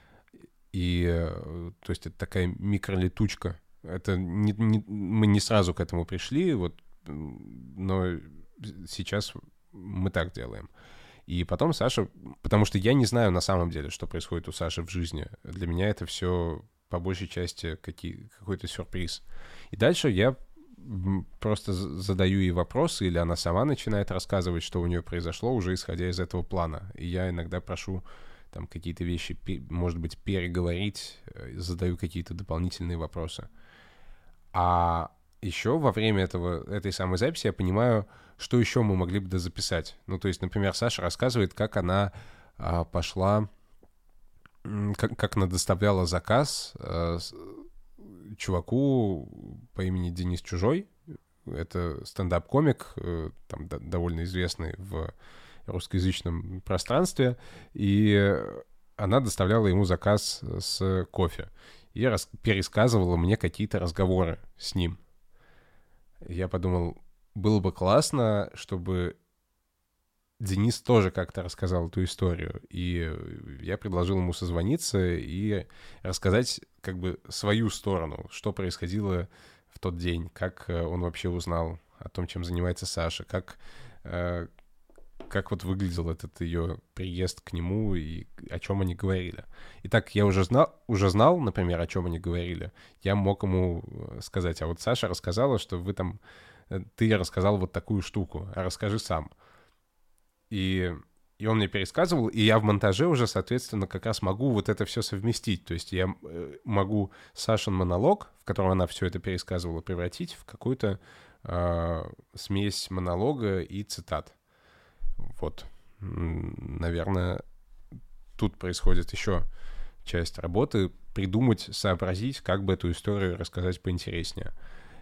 И, э, то есть это такая микролетучка. Это не, не, мы не сразу к этому пришли, вот, но сейчас мы так делаем. И потом Саша, потому что я не знаю на самом деле, что происходит у Саши в жизни. Для меня это все по большей части какие, какой-то сюрприз. И дальше я просто задаю ей вопросы, или она сама начинает рассказывать, что у нее произошло, уже исходя из этого плана. И я иногда прошу там какие-то вещи, может быть, переговорить, задаю какие-то дополнительные вопросы. А еще во время этого, этой самой записи я понимаю, что еще мы могли бы дозаписать. Ну, то есть, например, Саша рассказывает, как она а, пошла, как, как она доставляла заказ а, чуваку по имени Денис Чужой. Это стендап-комик, там довольно известный в русскоязычном пространстве. И она доставляла ему заказ с кофе и рас- пересказывала мне какие-то разговоры с ним. Я подумал, было бы классно, чтобы Денис тоже как-то рассказал эту историю. И я предложил ему созвониться и рассказать как бы свою сторону, что происходило в тот день, как он вообще узнал о том, чем занимается Саша, как, как вот выглядел этот ее приезд к нему и о чем они говорили. Итак, я уже знал, уже знал, например, о чем они говорили. Я мог ему сказать, а вот Саша рассказала, что вы там, ты рассказал вот такую штуку, а расскажи сам. И, и он мне пересказывал, и я в монтаже уже, соответственно, как раз могу вот это все совместить. То есть я могу Сашин монолог, в котором она все это пересказывала, превратить в какую-то э, смесь монолога и цитат. Вот. Наверное, тут происходит еще часть работы — придумать, сообразить, как бы эту историю рассказать поинтереснее.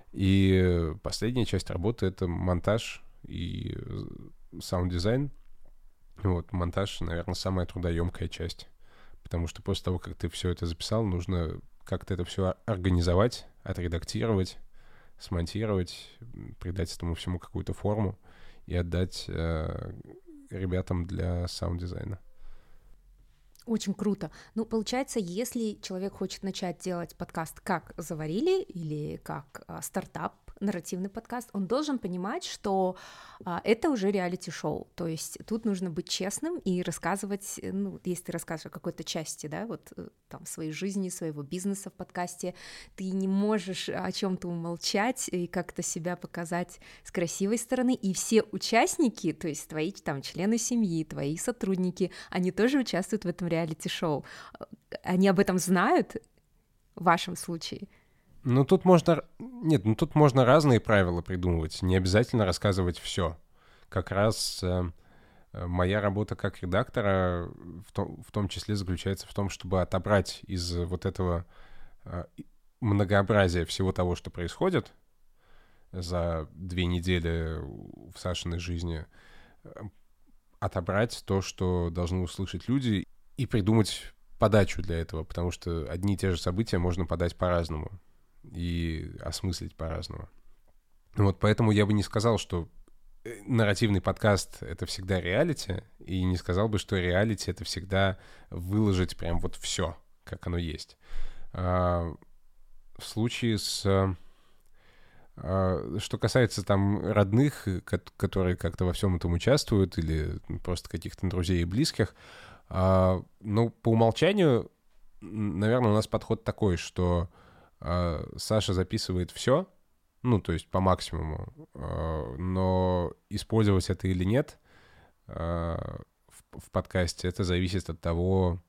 И последняя часть работы — это монтаж и саунд-дизайн. Вот, монтаж, наверное, самая трудоемкая часть. Потому что после того, как ты все это записал, нужно как-то это все организовать, отредактировать, смонтировать, придать этому всему какую-то форму и отдать э, ребятам для саунд-дизайна. Очень круто. Ну, получается, если человек хочет начать делать подкаст как «Заварили» или как а, стартап, нарративный подкаст, он должен понимать, что а, это уже реалити-шоу, то есть тут нужно быть честным и рассказывать, ну, если ты рассказываешь о какой-то части, да, вот там своей жизни, своего бизнеса в подкасте, ты не можешь о чем-то умолчать и как-то себя показать с красивой стороны, и все участники, то есть твои там члены семьи, твои сотрудники, они тоже участвуют в этом реалити-шоу. Они об этом знают в вашем случае? Ну, тут можно... Нет, ну тут можно разные правила придумывать. Не обязательно рассказывать все. Как раз э, моя работа как редактора в том, в том числе заключается в том, чтобы отобрать из вот этого э, многообразия всего того, что происходит за две недели в Сашиной жизни, э, отобрать то, что должны услышать люди, и придумать подачу для этого, потому что одни и те же события можно подать по-разному и осмыслить по-разному. Вот поэтому я бы не сказал, что нарративный подкаст — это всегда реалити, и не сказал бы, что реалити — это всегда выложить прям вот все, как оно есть. А, в случае с... А, что касается там родных, которые как-то во всем этом участвуют, или просто каких-то друзей и близких, а, ну, по умолчанию, наверное, у нас подход такой, что Саша записывает все, ну, то есть по максимуму, но использовать это или нет в, в подкасте, это зависит от того,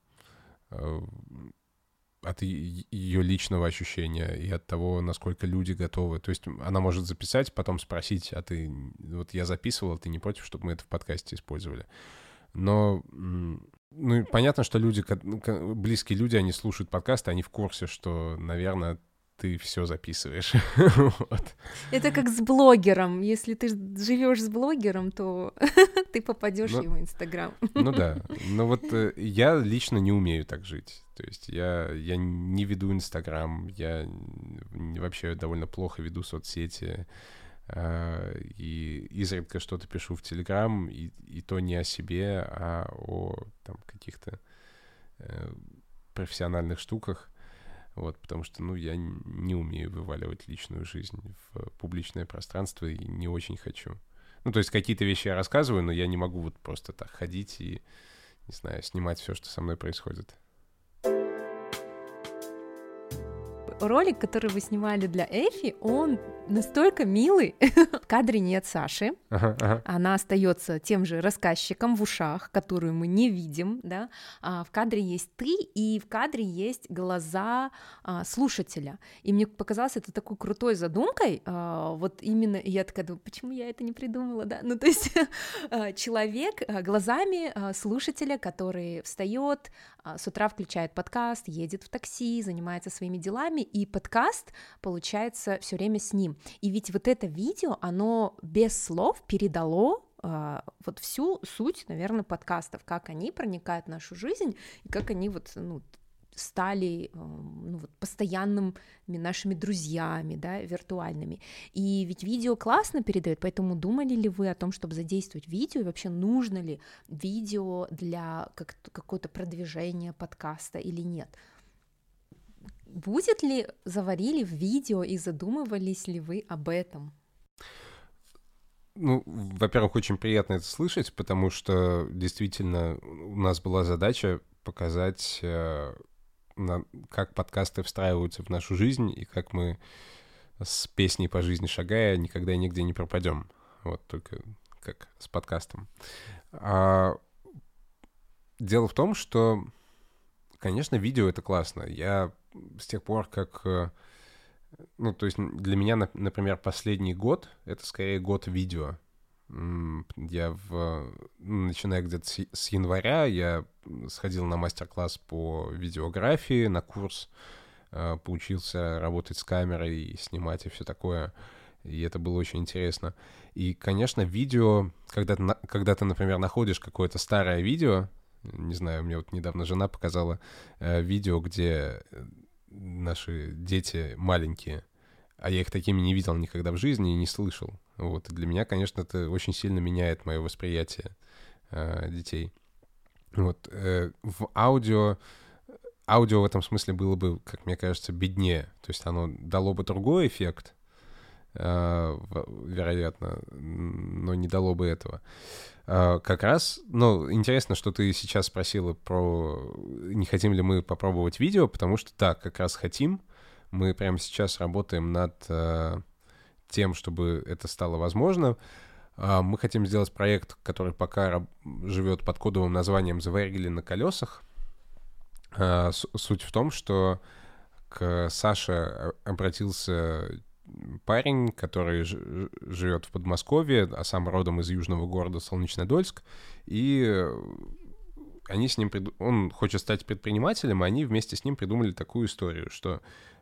от ее личного ощущения и от того, насколько люди готовы. То есть она может записать, потом спросить, а ты, вот я записывал, ты не против, чтобы мы это в подкасте использовали? Но... Ну, понятно, что люди, близкие люди, они слушают подкасты, они в курсе, что, наверное, ты все записываешь. Вот. Это как с блогером. Если ты живешь с блогером, то ты попадешь ну, в его Инстаграм. Ну да. Но вот э, я лично не умею так жить. То есть я, я не веду Инстаграм, я вообще довольно плохо веду соцсети. И изредка что-то пишу в Телеграм, и, и то не о себе, а о там, каких-то э, профессиональных штуках, вот, потому что, ну, я не умею вываливать личную жизнь в публичное пространство и не очень хочу. Ну, то есть какие-то вещи я рассказываю, но я не могу вот просто так ходить и, не знаю, снимать все, что со мной происходит. Ролик, который вы снимали для Эфи, он настолько милый. В кадре нет Саши. Ага, ага. Она остается тем же рассказчиком в ушах, которую мы не видим, да. А в кадре есть ты, и в кадре есть глаза а, слушателя. И мне показалось это такой крутой задумкой. А, вот именно, и я такая думаю, почему я это не придумала, да? Ну, то есть человек глазами слушателя, который встает, с утра включает подкаст, едет в такси, занимается своими делами, и подкаст, получается, все время с ним. И ведь вот это видео, оно без слов передало вот всю суть, наверное, подкастов, как они проникают в нашу жизнь и как они вот, ну, стали ну, вот, постоянными нашими друзьями, да, виртуальными. И ведь видео классно передает, поэтому думали ли вы о том, чтобы задействовать видео, и вообще нужно ли видео для как- какого-то продвижения подкаста или нет? Будет ли, заварили в видео и задумывались ли вы об этом? Ну, во-первых, очень приятно это слышать, потому что действительно у нас была задача показать, на, как подкасты встраиваются в нашу жизнь и как мы с песней по жизни шагая никогда и нигде не пропадем. Вот только как с подкастом. А дело в том, что, конечно, видео — это классно. Я с тех пор, как... Ну, то есть для меня, например, последний год — это скорее год видео. Я, в, начиная где-то с января, я сходил на мастер-класс по видеографии, на курс, поучился работать с камерой, снимать и все такое. И это было очень интересно. И, конечно, видео, когда ты, когда ты, например, находишь какое-то старое видео, не знаю, мне вот недавно жена показала видео, где наши дети маленькие, а я их такими не видел никогда в жизни и не слышал. Вот. И для меня, конечно, это очень сильно меняет мое восприятие э, детей. Вот. Э, в аудио... Аудио в этом смысле было бы, как мне кажется, беднее. То есть оно дало бы другой эффект, э, вероятно, но не дало бы этого. Э, как раз, ну, интересно, что ты сейчас спросила про, не хотим ли мы попробовать видео, потому что, да, как раз хотим. Мы прямо сейчас работаем над э, тем, чтобы это стало возможно. Э, мы хотим сделать проект, который пока раб- живет под кодовым названием «Заварили на колесах». Э, с- суть в том, что к Саше обратился парень, который ж- живет в Подмосковье, а сам родом из южного города Солнечнодольск, и они с ним приду... он хочет стать предпринимателем, и они вместе с ним придумали такую историю, что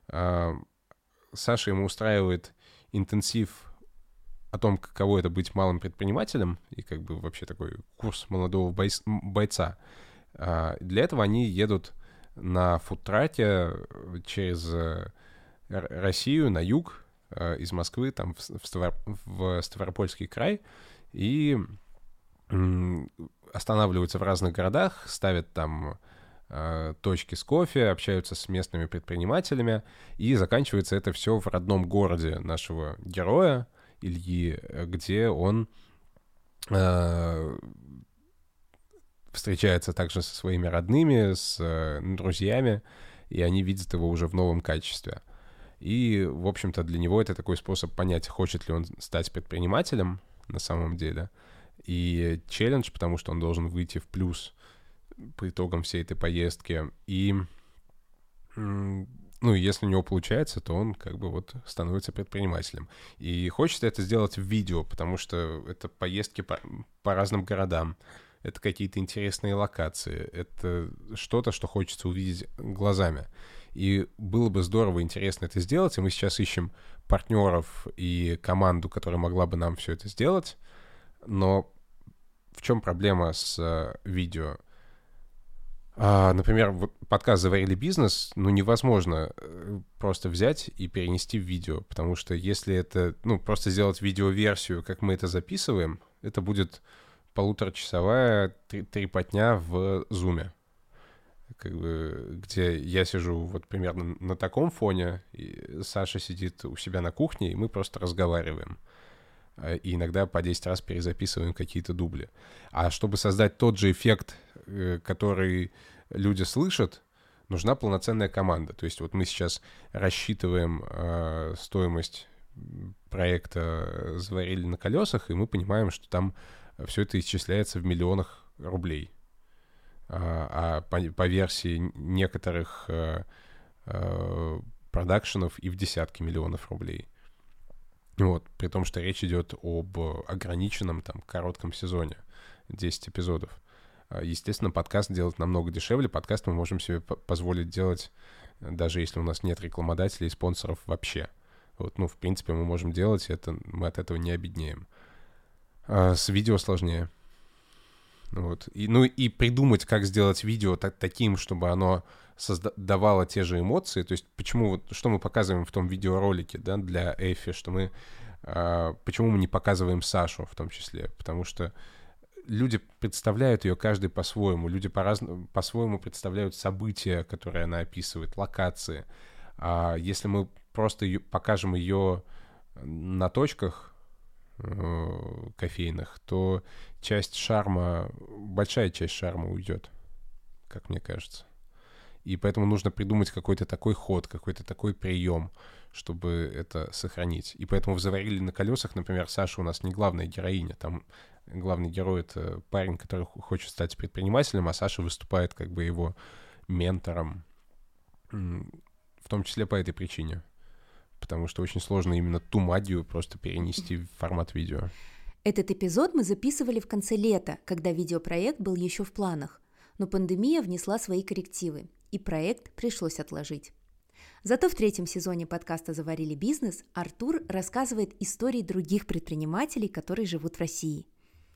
Саша ему устраивает интенсив о том, каково это быть малым предпринимателем, и как бы вообще такой курс молодого бойца. Для этого они едут на фудтраке через Россию на юг, из Москвы, там в, Ставро... в Ставропольский край, и останавливаются в разных городах, ставят там точки с кофе, общаются с местными предпринимателями, и заканчивается это все в родном городе нашего героя, Ильи, где он э, встречается также со своими родными, с э, друзьями, и они видят его уже в новом качестве. И, в общем-то, для него это такой способ понять, хочет ли он стать предпринимателем на самом деле, и челлендж, потому что он должен выйти в плюс по итогам всей этой поездки. И, ну, если у него получается, то он как бы вот становится предпринимателем. И хочется это сделать в видео, потому что это поездки по, по разным городам, это какие-то интересные локации, это что-то, что хочется увидеть глазами. И было бы здорово, интересно это сделать, и мы сейчас ищем партнеров и команду, которая могла бы нам все это сделать. Но в чем проблема с uh, видео? Uh, например, вот подкаст «Заварили бизнес», ну, невозможно uh, просто взять и перенести в видео, потому что если это, ну, просто сделать видеоверсию, как мы это записываем, это будет полуторачасовая трепотня в Зуме, как бы, где я сижу вот примерно на таком фоне, и Саша сидит у себя на кухне, и мы просто разговариваем. И иногда по десять раз перезаписываем какие-то дубли. А чтобы создать тот же эффект, который люди слышат, нужна полноценная команда. То есть вот мы сейчас рассчитываем э, стоимость проекта «Заварили на колесах», и мы понимаем, что там все это исчисляется в миллионах рублей. А, а по, по версии некоторых э, э, продакшенов и в десятки миллионов рублей. Вот, при том, что речь идет об ограниченном, там, коротком сезоне, десять эпизодов. Естественно, подкаст делать намного дешевле. Подкаст мы можем себе позволить делать, даже если у нас нет рекламодателей и спонсоров вообще. Вот, ну, в принципе, мы можем делать это, мы от этого не обеднеем. А с видео сложнее. Вот. И, ну и придумать, как сделать видео так, таким, чтобы оно создавало те же эмоции. То есть почему, вот, что мы показываем в том видеоролике, да, для Эфи, что мы... А, почему мы не показываем Сашу в том числе? Потому что люди представляют ее каждый по-своему. Люди по-разному, по-своему представляют события, которые она описывает, локации. А если мы просто ее, покажем ее на точках э, кофейных, то часть шарма, большая часть шарма уйдет, как мне кажется. И поэтому нужно придумать какой-то такой ход, какой-то такой прием, чтобы это сохранить. И поэтому в «Заварили на колесах», например, Саша у нас не главная героиня. Там главный герой — это парень, который хочет стать предпринимателем, а Саша выступает как бы его ментором. В том числе по этой причине. Потому что очень сложно именно ту магию просто перенести в формат видео. Этот эпизод мы записывали в конце лета, когда видеопроект был еще в планах. Но пандемия внесла свои коррективы, и проект пришлось отложить. Зато в третьем сезоне подкаста «Заварили бизнес» Артур рассказывает истории других предпринимателей, которые живут в России.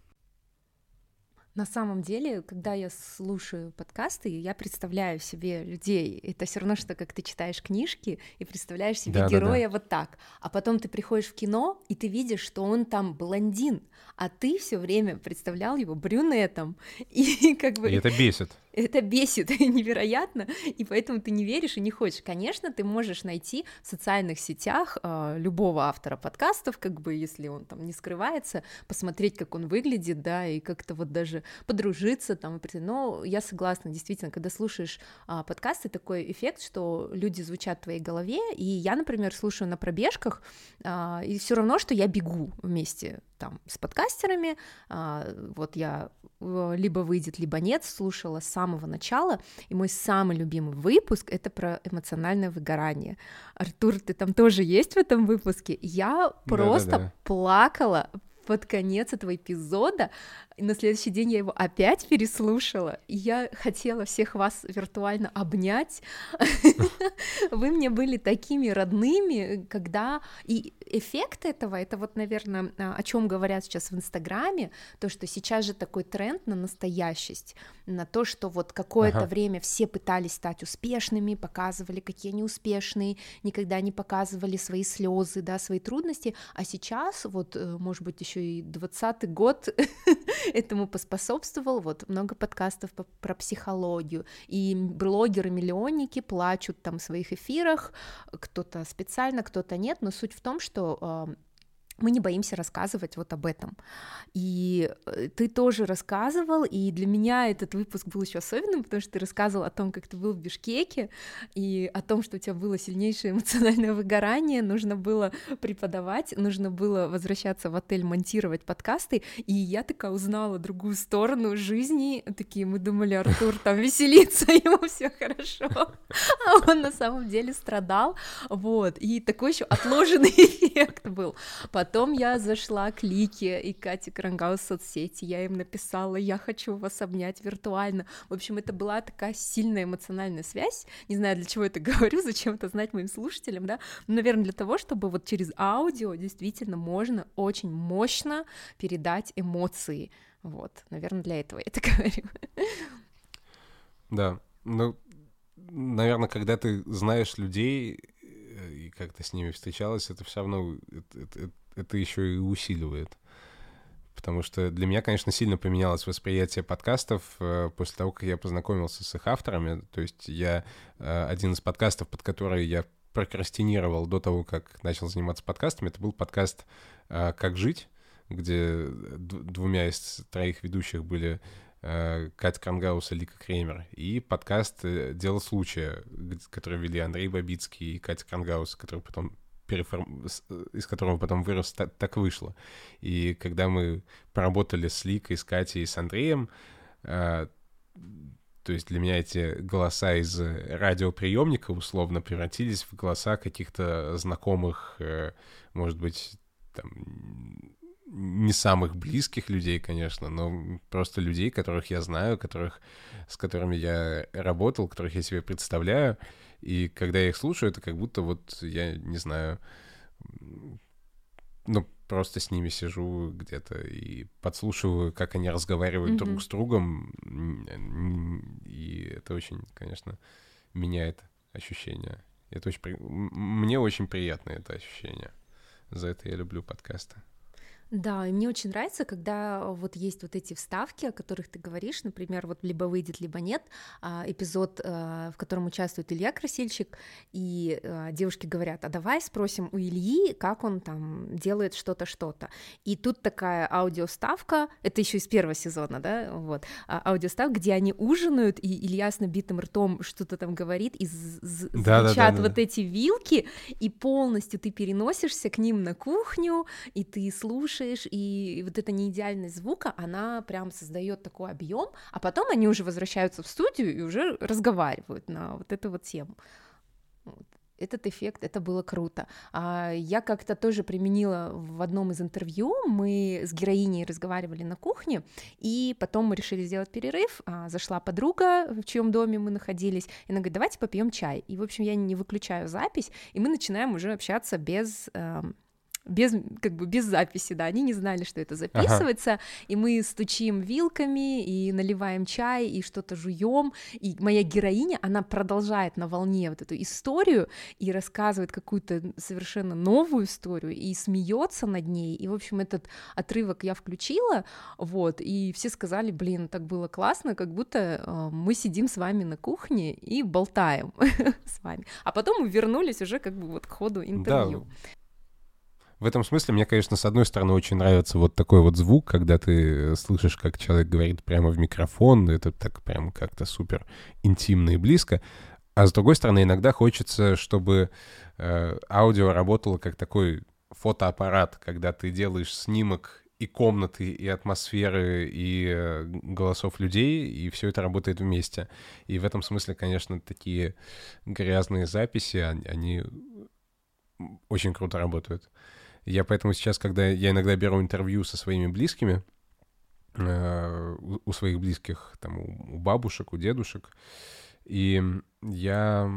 На самом деле, когда я слушаю подкасты, я представляю себе людей. Это все равно, что как ты читаешь книжки и представляешь себе да, героя да, да. вот так. А потом ты приходишь в кино, и ты видишь, что он там блондин, а ты все время представлял его брюнетом. И, как бы... и это бесит. Это бесит невероятно, и поэтому ты не веришь и не хочешь. Конечно, ты можешь найти в социальных сетях э, любого автора подкастов, как бы, если он там не скрывается, посмотреть, как он выглядит, да, и как-то вот даже подружиться там. Но я согласна, действительно, когда слушаешь э, подкасты, такой эффект, что люди звучат в твоей голове, и я, например, слушаю на пробежках, э, и все равно, что я бегу вместе там с подкастерами, э, вот я либо выйдет, либо нет, слушала с самого начала, и мой самый любимый выпуск — это про эмоциональное выгорание. Артур, ты там тоже есть в этом выпуске? Я просто Да-да-да. плакала под конец этого эпизода, и на следующий день я его опять переслушала, и я хотела всех вас виртуально обнять. Вы мне были такими родными, когда... И эффект этого, это вот, наверное, о чем говорят сейчас в Инстаграме, то, что сейчас же такой тренд на настоящесть, на то, что вот какое-то ага. время все пытались стать успешными, показывали, какие они успешные, никогда не показывали свои слезы, да, свои трудности, а сейчас, вот, может быть, еще и двадцатый год этому поспособствовал, вот, много подкастов по, про психологию, и блогеры-миллионники плачут там в своих эфирах, кто-то специально, кто-то нет, но суть в том, что э, мы не боимся рассказывать вот об этом. И ты тоже рассказывал, и для меня этот выпуск был еще особенным, потому что ты рассказывал о том, как ты был в Бишкеке, и о том, что у тебя было сильнейшее эмоциональное выгорание, нужно было преподавать, нужно было возвращаться в отель, монтировать подкасты, и я такая узнала другую сторону жизни, такие, мы думали, Артур там веселится, ему все хорошо, а он на самом деле страдал, вот, и такой еще отложенный эффект был. Потом я зашла к Лике и Кате Крангаус в соцсети, я им написала, я хочу вас обнять виртуально. В общем, это была такая сильная эмоциональная связь. Не знаю, для чего это говорю, зачем это знать моим слушателям, да, но, наверное, для того, чтобы вот через аудио действительно можно очень мощно передать эмоции. Вот, наверное, для этого я это говорю. Да, ну, наверное, когда ты знаешь людей и как ты с ними встречалась, это все равно... Это, это, это еще и усиливает. Потому что для меня, конечно, сильно поменялось восприятие подкастов э, после того, как я познакомился с их авторами. То есть я э, один из подкастов, под который я прокрастинировал до того, как начал заниматься подкастами, это был подкаст э, «Как жить», где д- двумя из троих ведущих были э, Катя Крангаус и Лика Кремер, и подкаст «Дело случая», который вели Андрей Бабицкий и Катя Крангаус, который потом Переформ... из которого потом вырос, так, так вышло. И когда мы поработали с Ликой, с Катей и с Андреем, э, то есть для меня эти голоса из радиоприемника условно превратились в голоса каких-то знакомых, э, может быть, там, не самых близких людей, конечно, но просто людей, которых я знаю, которых, с которыми я работал, которых я себе представляю. И когда я их слушаю, это как будто вот, я не знаю, ну, просто с ними сижу где-то и подслушиваю, как они разговаривают mm-hmm. друг с другом, и это очень, конечно, меняет ощущение. Это очень при... Мне очень приятно это ощущение. За это я люблю подкасты. Да, и мне очень нравится, когда вот есть вот эти вставки, о которых ты говоришь, например, вот либо выйдет, либо нет, эпизод, в котором участвует Илья Красильщик, и девушки говорят, а давай спросим у Ильи, как он там делает что-то, что-то. И тут такая аудиоставка, это еще из первого сезона, да, вот, аудиоставка, где они ужинают, и Илья с набитым ртом что-то там говорит, и звучат да, да, да, вот да. эти вилки, и полностью ты переносишься к ним на кухню, и ты слушаешь, и вот эта неидеальность звука, она прям создает такой объем, а потом они уже возвращаются в студию и уже разговаривают на вот эту вот тему. Вот. Этот эффект, это было круто. А я как-то тоже применила в одном из интервью, мы с героиней разговаривали на кухне, и потом мы решили сделать перерыв, а, зашла подруга, в чьем доме мы находились, и она говорит, давайте попьем чай. И, в общем, я не выключаю запись, и мы начинаем уже общаться без... без, как бы, без записи, да, они не знали, что это записывается, ага. и мы стучим вилками, и наливаем чай, и что-то жуем, и моя героиня, она продолжает на волне вот эту историю, и рассказывает какую-то совершенно новую историю, и смеется над ней, и, в общем, этот отрывок я включила, вот, и все сказали, блин, так было классно, как будто э, мы сидим с вами на кухне и болтаем с вами, а потом мы вернулись уже, как бы, вот к ходу интервью. Да. В этом смысле мне, конечно, с одной стороны очень нравится вот такой вот звук, когда ты слышишь, как человек говорит прямо в микрофон, это так прям как-то супер интимно и близко, а с другой стороны иногда хочется, чтобы э, аудио работало как такой фотоаппарат, когда ты делаешь снимок и комнаты, и атмосферы, и э, голосов людей, и все это работает вместе. И в этом смысле, конечно, такие грязные записи, они, они очень круто работают. Я поэтому сейчас, когда я иногда беру интервью со своими близкими, э, у, у своих близких, там, у, у бабушек, у дедушек, и я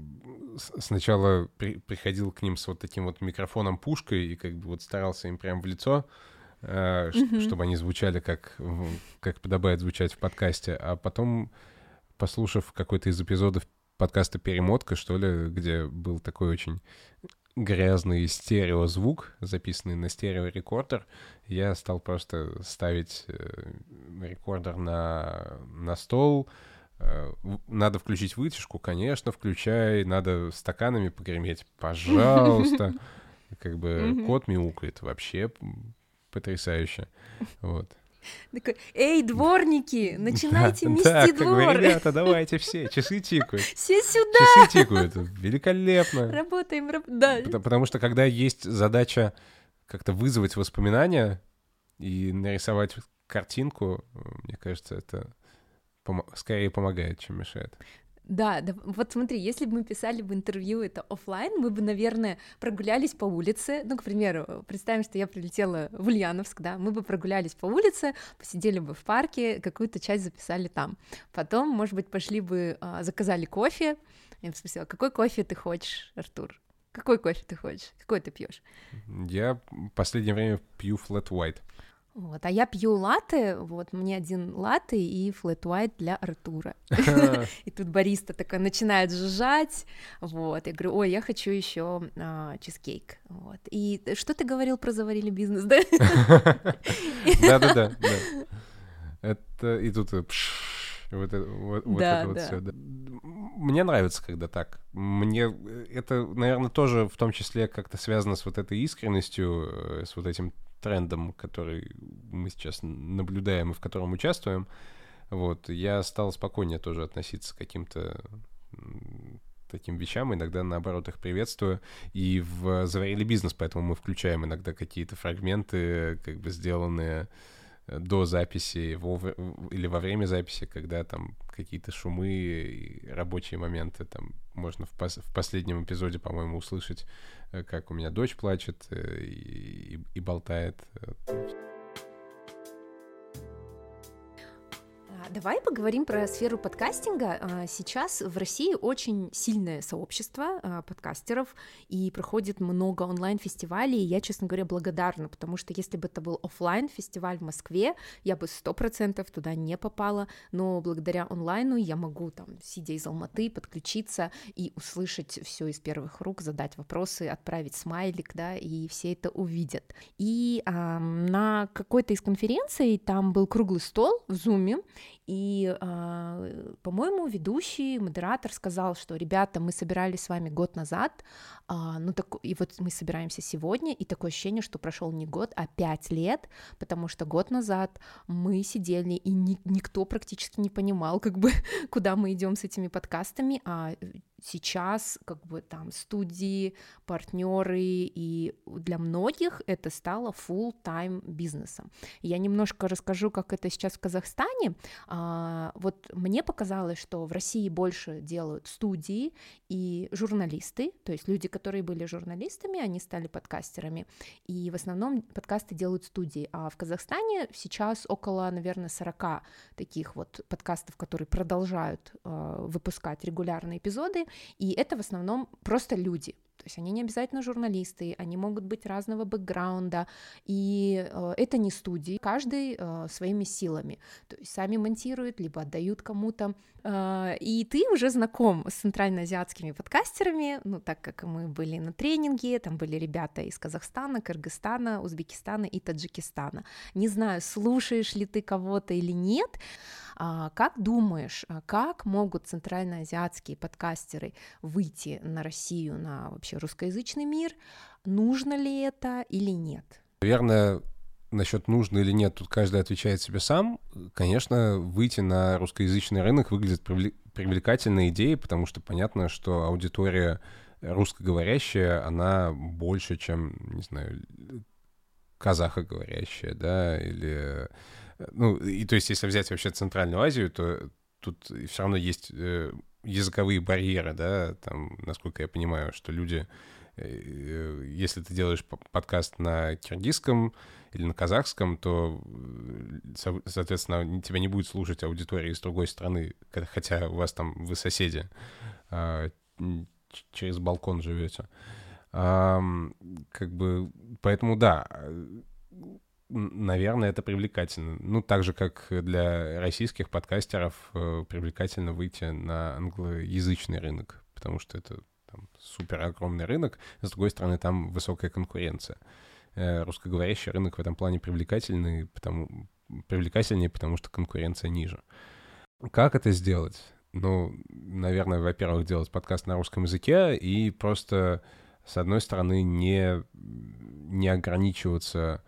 сначала при, приходил к ним с вот таким вот микрофоном-пушкой и как бы вот старался им прям в лицо, э, mm-hmm. чтобы они звучали как, как подобает звучать в подкасте, а потом, послушав какой-то из эпизодов подкаста «Перемотка», что ли, где был такой очень... грязный стереозвук, записанный на стереорекордер, я стал просто ставить э, рекордер на, на стол. Э, надо включить вытяжку, конечно, включай. Надо стаканами погреметь, пожалуйста. Как бы кот мяукает, вообще потрясающе. Вот. Такой, эй, дворники, начинайте да, мести да, двор. Как бы, ребята, давайте все, часы тикают. Все сюда. Часы тикают, великолепно. Работаем, раб... да. Потому, потому что когда есть задача как-то вызвать воспоминания и нарисовать картинку, мне кажется, это пом- скорее помогает, чем мешает. Да, да, вот смотри, если бы мы писали бы интервью это офлайн, мы бы, наверное, прогулялись по улице, ну, к примеру, представим, что я прилетела в Ульяновск, да, мы бы прогулялись по улице, посидели бы в парке, какую-то часть записали там, потом, может быть, пошли бы, заказали кофе, я бы спросила, какой кофе ты хочешь, Артур? Какой кофе ты хочешь? Какой ты пьешь? Я в последнее время пью flat white. Вот, а я пью латте, вот, мне один латте и flat white для Артура. И тут бариста такой начинает жужжать, вот, я говорю, ой, я хочу еще чизкейк, вот. И что ты говорил про «Заварили бизнес», да? Да-да-да, это и тут вот это вот все. Мне нравится, когда так. Мне это, наверное, тоже в том числе как-то связано с вот этой искренностью, с вот этим трендом, который мы сейчас наблюдаем и в котором участвуем, вот, я стал спокойнее тоже относиться к каким-то таким вещам, иногда, наоборот, их приветствую, и в «Заварили бизнес», поэтому мы включаем иногда какие-то фрагменты, как бы сделанные до записи во, или во время записи, когда там какие-то шумы и рабочие моменты, там можно в, пос, в последнем эпизоде, по-моему, услышать, как у меня дочь плачет и, и, и болтает. Давай поговорим про сферу подкастинга. Сейчас в России очень сильное сообщество подкастеров, и проходит много онлайн-фестивалей, и я, честно говоря, благодарна, потому что если бы это был офлайн-фестиваль в Москве, я бы сто процентов туда не попала, но благодаря онлайну я могу, там, сидя из Алматы, подключиться и услышать все из первых рук, задать вопросы, отправить смайлик, да, и все это увидят. И а, на какой-то из конференций там был круглый стол в Зуме, и, э, по-моему, ведущий, модератор сказал, что, ребята, мы собирались с вами год назад, э, ну так, и вот мы собираемся сегодня, и такое ощущение, что прошел не год, а пять лет, потому что год назад мы сидели, и ни, никто практически не понимал, как бы, куда мы идем с этими подкастами, а сейчас, как бы, там, студии, партнеры, и для многих это стало full-time бизнесом. Я немножко расскажу, как это сейчас в Казахстане. А, вот мне показалось, что в России больше делают студии и журналисты, то есть люди, которые были журналистами, они стали подкастерами, и в основном подкасты делают студии, а в Казахстане сейчас около, наверное, сорок таких вот подкастов, которые продолжают э, выпускать регулярные эпизоды, и это в основном просто люди. То есть они не обязательно журналисты, они могут быть разного бэкграунда, и э, это не студии, каждый э, своими силами, то есть сами монтируют, либо отдают кому-то, э, и ты уже знаком с центральноазиатскими подкастерами, ну, так как мы были на тренинге, там были ребята из Казахстана, Кыргызстана, Узбекистана и Таджикистана. Не знаю, слушаешь ли ты кого-то или нет. А, как думаешь, как могут центральноазиатские подкастеры выйти на Россию, на вообще русскоязычный мир? Нужно ли это или нет? Наверное, насчет нужно или нет, тут каждый отвечает себе сам. Конечно, выйти на русскоязычный рынок выглядит привлекательной идеей, потому что понятно, что аудитория русскоговорящая, она больше, чем, не знаю, казахоговорящая, да, или... Ну, и то есть, если взять вообще Центральную Азию, то тут все равно есть э, языковые барьеры, да, там, насколько я понимаю, что люди, э, если ты делаешь подкаст на киргизском или на казахском, то, со- соответственно, тебя не будет слушать аудитория из другой страны, хотя у вас там вы соседи, э, через балкон живете. Э, как бы, поэтому, да, наверное, это привлекательно. Ну, так же, как для российских подкастеров э, привлекательно выйти на англоязычный рынок, потому что это там, супер огромный рынок. С другой стороны, там высокая конкуренция. Э, русскоговорящий рынок в этом плане привлекательный, потому, привлекательнее, потому что конкуренция ниже. Как это сделать? Ну, наверное, во-первых, делать подкаст на русском языке и просто, с одной стороны, не, не ограничиваться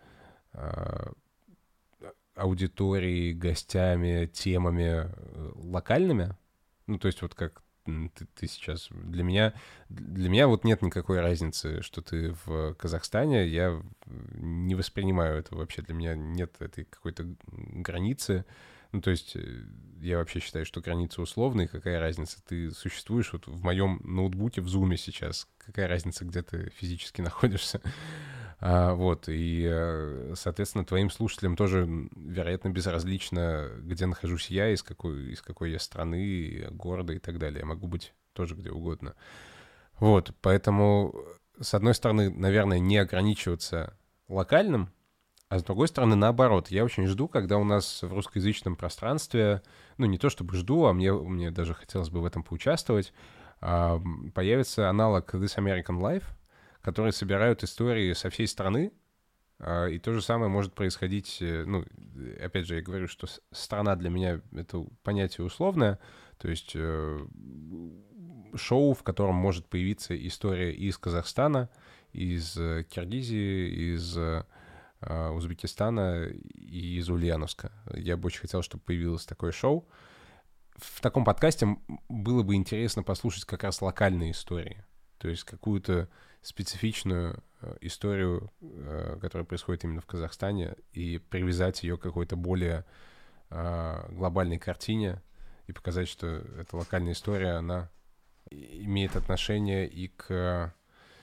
аудиторией, гостями, темами локальными. Ну, то есть вот как ты, ты сейчас... Для меня, для меня вот нет никакой разницы, что ты в Казахстане. Я не воспринимаю это вообще. Для меня нет этой какой-то границы. Ну, то есть я вообще считаю, что границы условные. Какая разница? Ты существуешь вот в моем ноутбуке в Зуме сейчас. Какая разница, где ты физически находишься? А, вот, и, соответственно, твоим слушателям тоже, вероятно, безразлично, где нахожусь я, из какой, из какой я страны, города и так далее. Я могу быть тоже где угодно. Вот, поэтому, с одной стороны, наверное, не ограничиваться локальным, а с другой стороны, наоборот. Я очень жду, когда у нас в русскоязычном пространстве, ну, не то чтобы жду, а мне, мне даже хотелось бы в этом поучаствовать, а, появится аналог This American Life, которые собирают истории со всей страны, и то же самое может происходить, ну, опять же, я говорю, что страна для меня — это понятие условное, то есть шоу, в котором может появиться история из Казахстана, из Киргизии, из Узбекистана и из Ульяновска. Я бы очень хотел, чтобы появилось такое шоу. В таком подкасте было бы интересно послушать как раз локальные истории, то есть какую-то специфичную историю, которая происходит именно в Казахстане, и привязать ее к какой-то более глобальной картине и показать, что эта локальная история, она имеет отношение и к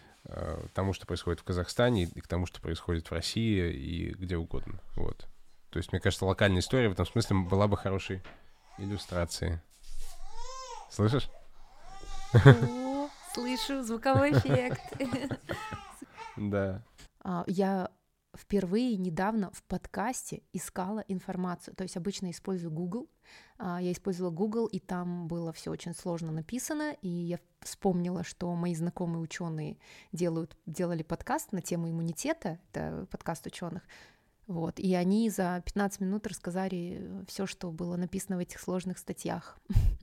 тому, что происходит в Казахстане, и к тому, что происходит в России, и где угодно. Вот. То есть, мне кажется, локальная история в этом смысле была бы хорошей иллюстрацией. Слышишь? О, слышу звуковой эффект. Да. Я впервые недавно в подкасте искала информацию. То есть обычно использую Google. Я использовала Google, и там было все очень сложно написано. И я вспомнила, что мои знакомые ученые делают, делали подкаст на тему иммунитета. Это подкаст ученых. Вот. И они за пятнадцать минут рассказали все, что было написано в этих сложных статьях.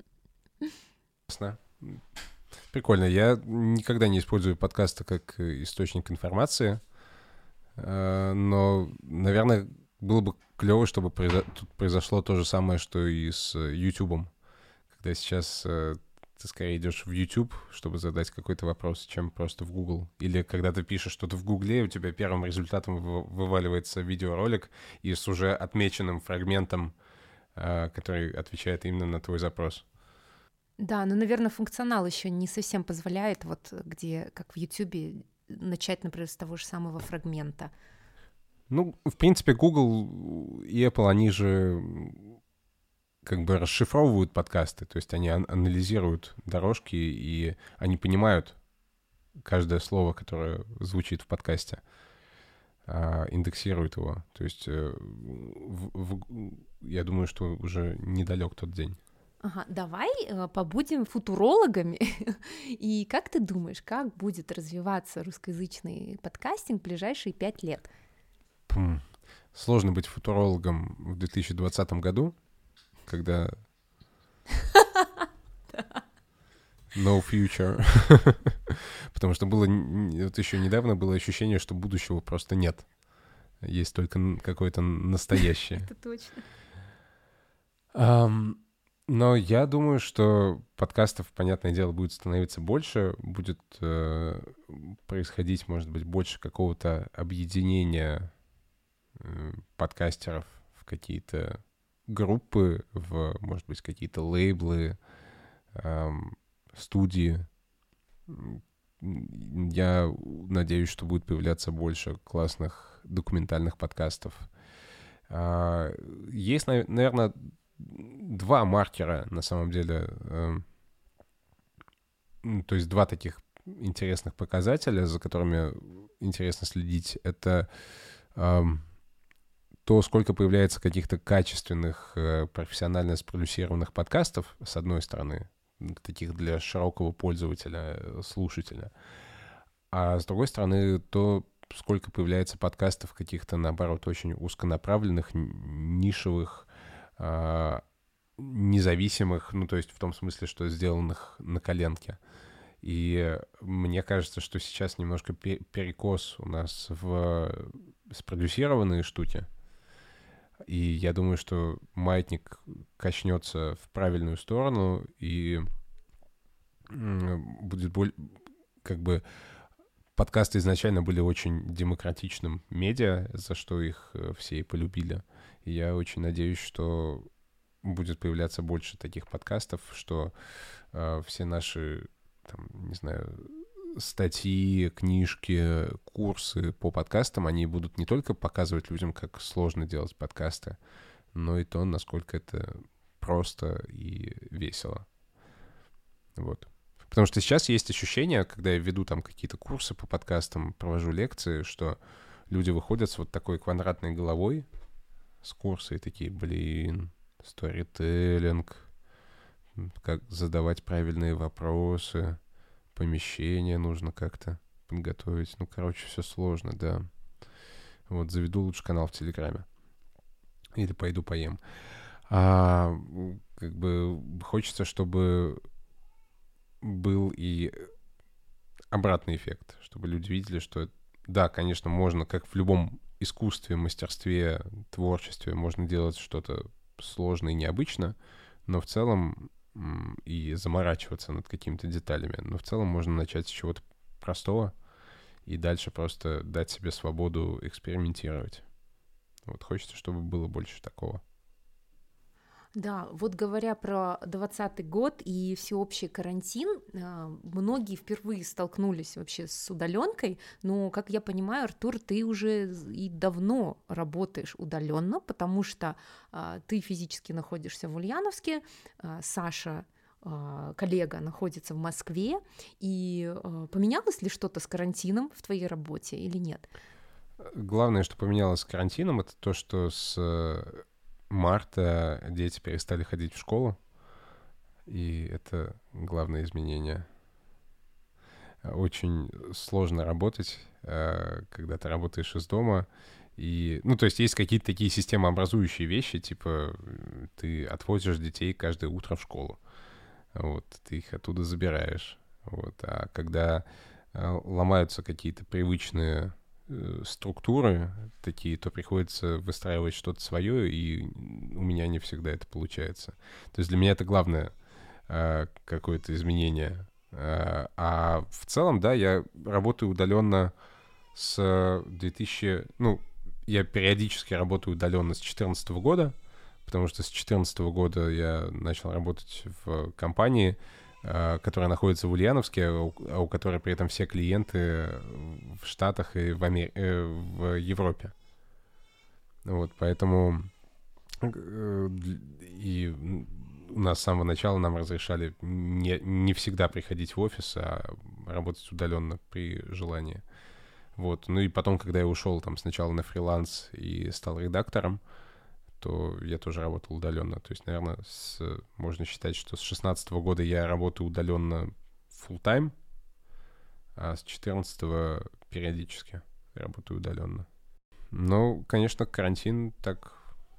Прикольно. Я никогда не использую подкасты как источник информации. Но, наверное, было бы клево, чтобы произо... тут произошло то же самое, что и с YouTube. Когда сейчас э, ты скорее идешь в YouTube, чтобы задать какой-то вопрос, чем просто в Google. Или когда ты пишешь что-то в Гугле, у тебя первым результатом вы... вываливается видеоролик и с уже отмеченным фрагментом, э, который отвечает именно на твой запрос. Да, но, наверное, функционал еще не совсем позволяет, вот где, как в YouTube, начать, например, с того же самого фрагмента. Ну, в принципе, Google и Apple, они же как бы расшифровывают подкасты, то есть они ан- анализируют дорожки, и они понимают каждое слово, которое звучит в подкасте, а, индексируют его. То есть э, в, в, я думаю, что уже недалек тот день. Ага, давай э, побудем футурологами. И как ты думаешь, как будет развиваться русскоязычный подкастинг в ближайшие пять лет? Пум. Сложно быть футурологом в две тысячи двадцатом году, когда no future. Потому что было вот еще недавно было ощущение, что будущего просто нет. Есть только какое-то настоящее. Это точно. Um, но я думаю, что подкастов, понятное дело, будет становиться больше, будет э, происходить, может быть, больше какого-то объединения э, подкастеров в какие-то группы, в, может быть, какие-то лейблы, э, студии. Я надеюсь, что будет появляться больше классных документальных подкастов. Э, есть, наверное, два маркера, на самом деле, э, то есть два таких интересных показателя, за которыми интересно следить. Это э, то, сколько появляется каких-то качественных, э, профессионально спродюсированных подкастов, с одной стороны, таких для широкого пользователя, слушателя, а с другой стороны, то, сколько появляется подкастов каких-то, наоборот, очень узконаправленных, нишевых, независимых, ну, то есть в том смысле, что сделанных на коленке. И мне кажется, что сейчас немножко перекос у нас в спродюсированные штуки. И я думаю, что маятник качнется в правильную сторону, и будет более, как бы, подкасты изначально были очень демократичным медиа, за что их все и полюбили. И я очень надеюсь, что будет появляться больше таких подкастов, что э, все наши, там, не знаю, статьи, книжки, курсы по подкастам, они будут не только показывать людям, как сложно делать подкасты, но и то, насколько это просто и весело. Вот. Потому что сейчас есть ощущение, когда я веду там какие-то курсы по подкастам, провожу лекции, что люди выходят с вот такой квадратной головой с курса и такие, блин, сторителлинг, как задавать правильные вопросы, помещение нужно как-то подготовить. Ну, короче, все сложно, да. Вот, заведу лучше канал в Телеграме. Или пойду поем. А, как бы хочется, чтобы был и обратный эффект, чтобы люди видели, что, да, конечно, можно, как в любом искусстве, мастерстве, творчестве, можно делать что-то сложное и необычно, но в целом и заморачиваться над какими-то деталями. Но в целом можно начать с чего-то простого и дальше просто дать себе свободу экспериментировать. Вот хочется, чтобы было больше такого. Да, вот говоря про двадцатый год и всеобщий карантин, многие впервые столкнулись вообще с удаленкой, но, как я понимаю, Артур, ты уже и давно работаешь удаленно, потому что ты физически находишься в Ульяновске, Саша, коллега, находится в Москве, и поменялось ли что-то с карантином в твоей работе или нет? Главное, что поменялось с карантином, это то, что с марта дети перестали ходить в школу, и это главное изменение. Очень сложно работать, когда ты работаешь из дома, и, ну, то есть есть какие-то такие системообразующие вещи, типа ты отвозишь детей каждое утро в школу, вот, ты их оттуда забираешь, вот, а когда ломаются какие-то привычные структуры такие, то приходится выстраивать что-то свое, и у меня не всегда это получается. То есть для меня это главное э, какое-то изменение. Э, а в целом, да, я работаю удаленно с две тысячи... Ну, я периодически работаю удаленно с две тысячи четырнадцатого года, потому что с две тысячи четырнадцатого года я начал работать в компании, которая находится в Ульяновске, а у, а у которой при этом все клиенты в Штатах и в, Амер... э, в Европе. Вот, поэтому э, и у нас с самого начала нам разрешали не, не всегда приходить в офис, а работать удаленно при желании. Вот. Ну и потом, когда я ушел там сначала на фриланс и стал редактором, то я тоже работал удаленно. То есть, наверное, с, можно считать, что с шестнадцатого года я работаю удаленно full-time, а с четырнадцатого периодически работаю удаленно. Но, конечно, карантин так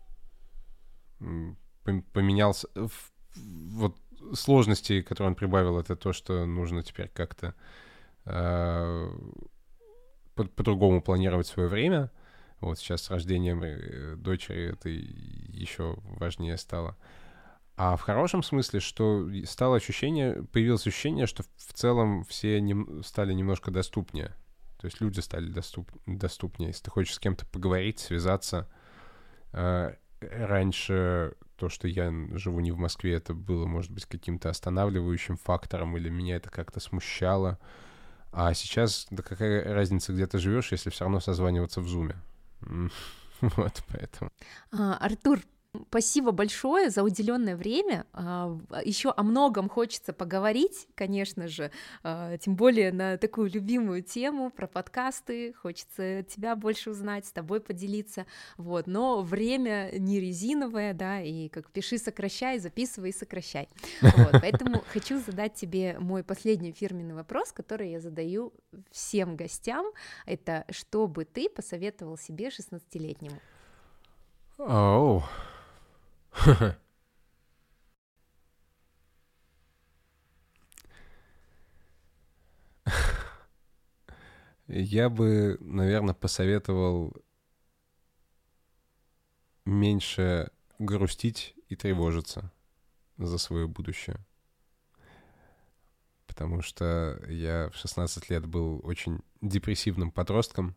поменялся. Вот сложности, которые он прибавил, это то, что нужно теперь как-то э, по- по-другому планировать свое время. Вот сейчас с рождением дочери это еще важнее стало. А в хорошем смысле, что стало ощущение, появилось ощущение, что в целом все нем, стали немножко доступнее. То есть люди стали доступ, доступнее. Если ты хочешь с кем-то поговорить, связаться. Э, раньше то, что я живу не в Москве, это было, может быть, каким-то останавливающим фактором, или меня это как-то смущало. А сейчас, да какая разница, где ты живешь, если все равно созваниваться в Зуме. Вот, поэтому. А, Артур, спасибо большое за уделенное время. Еще о многом хочется поговорить, конечно же, тем более на такую любимую тему про подкасты. Хочется тебя больше узнать, с тобой поделиться. Вот. Но время не резиновое, да, и как пиши, сокращай, записывай и сокращай. Вот. Поэтому хочу задать тебе мой последний фирменный вопрос, который я задаю всем гостям. Это что бы ты посоветовал себе шестнадцатилетнему? Оу. Я бы, наверное, посоветовал меньше грустить и тревожиться за свое будущее. Потому что я в шестнадцать лет был очень депрессивным подростком,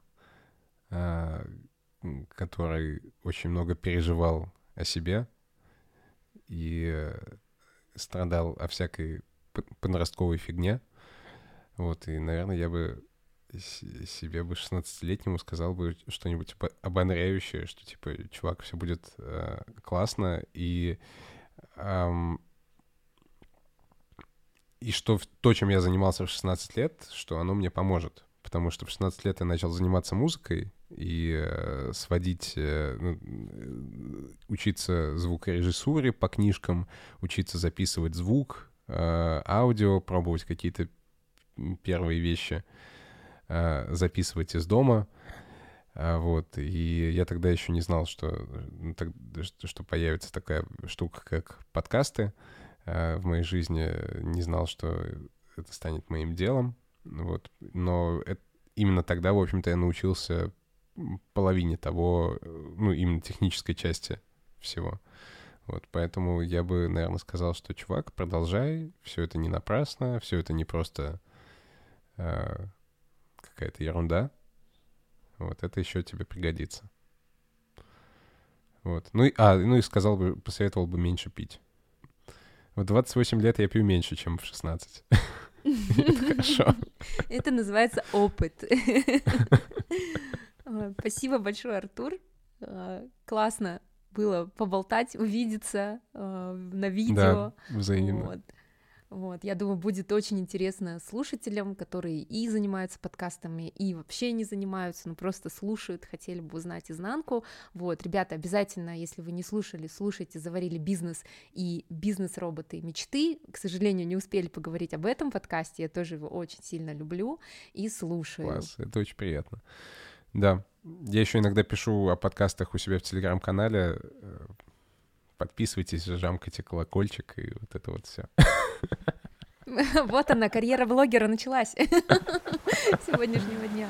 который очень много переживал о себе и страдал о всякой подростковой фигне. Вот, и, наверное, я бы себе бы шестнадцатилетнему сказал бы что-нибудь ободряющее, что, типа, чувак, все будет э, классно, и, эм, и что то, чем я занимался в шестнадцать лет, что оно мне поможет. Потому что в шестнадцать лет я начал заниматься музыкой и э, сводить, э, ну, учиться звукорежиссуре по книжкам, учиться записывать звук, э, аудио, пробовать какие-то первые вещи, э, записывать из дома. Э, вот. И я тогда еще не знал, что, ну, так, что появится такая штука, как подкасты э, в моей жизни. Не знал, что это станет моим делом. Вот. Но это, именно тогда, в общем-то, я научился половине того, ну, именно технической части всего. Вот, поэтому я бы, наверное, сказал, что, чувак, продолжай, все это не напрасно, все это не просто э, какая-то ерунда. Вот, это еще тебе пригодится. Вот. Ну и, а, ну и сказал бы, посоветовал бы меньше пить. В двадцать восемь лет я пью меньше, чем в шестнадцать. Это хорошо. Это называется опыт. Спасибо большое, Артур. Классно было поболтать, увидеться на видео. Да, взаимно. Вот. Вот, я думаю, будет очень интересно слушателям, которые и занимаются подкастами, и вообще не занимаются, но просто слушают, хотели бы узнать изнанку. Вот, ребята, обязательно, если вы не слушали, слушайте «Заварили бизнес» и «Бизнес-роботы мечты». К сожалению, не успели поговорить об этом подкасте, я тоже его очень сильно люблю и слушаю. Класс, это очень приятно. Да, я еще иногда пишу о подкастах у себя в Телеграм-канале. Подписывайтесь, жамкайте колокольчик и вот это вот все. Вот она, карьера блогера началась сегодняшнего дня.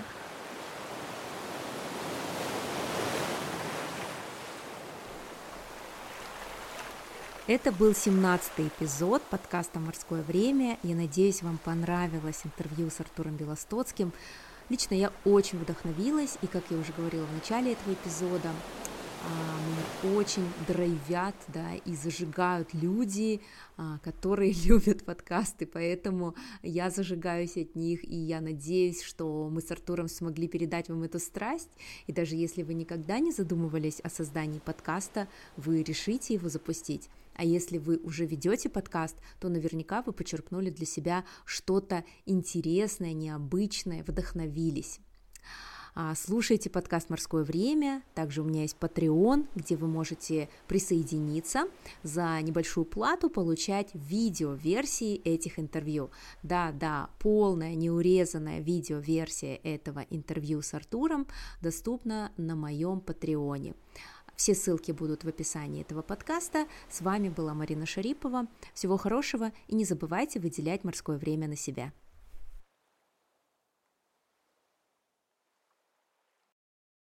Это был семнадцатый эпизод подкаста «Морское время». Я надеюсь, вам понравилось интервью с Артуром Белостоцким. Лично я очень вдохновилась, и, как я уже говорила в начале этого эпизода, меня очень драйвят, да, и зажигают люди, которые любят подкасты, поэтому я зажигаюсь от них, и я надеюсь, что мы с Артуром смогли передать вам эту страсть, и даже если вы никогда не задумывались о создании подкаста, вы решите его запустить. А если вы уже ведете подкаст, то наверняка вы почерпнули для себя что-то интересное, необычное, вдохновились. Слушайте подкаст «Морское время», также у меня есть Patreon, где вы можете присоединиться, за небольшую плату получать видеоверсии этих интервью. Да-да, полная, неурезанная видеоверсия этого интервью с Артуром доступна на моем Патреоне. Все ссылки будут в описании этого подкаста. С вами была Марина Шарипова. Всего хорошего и не забывайте выделять морское время на себя.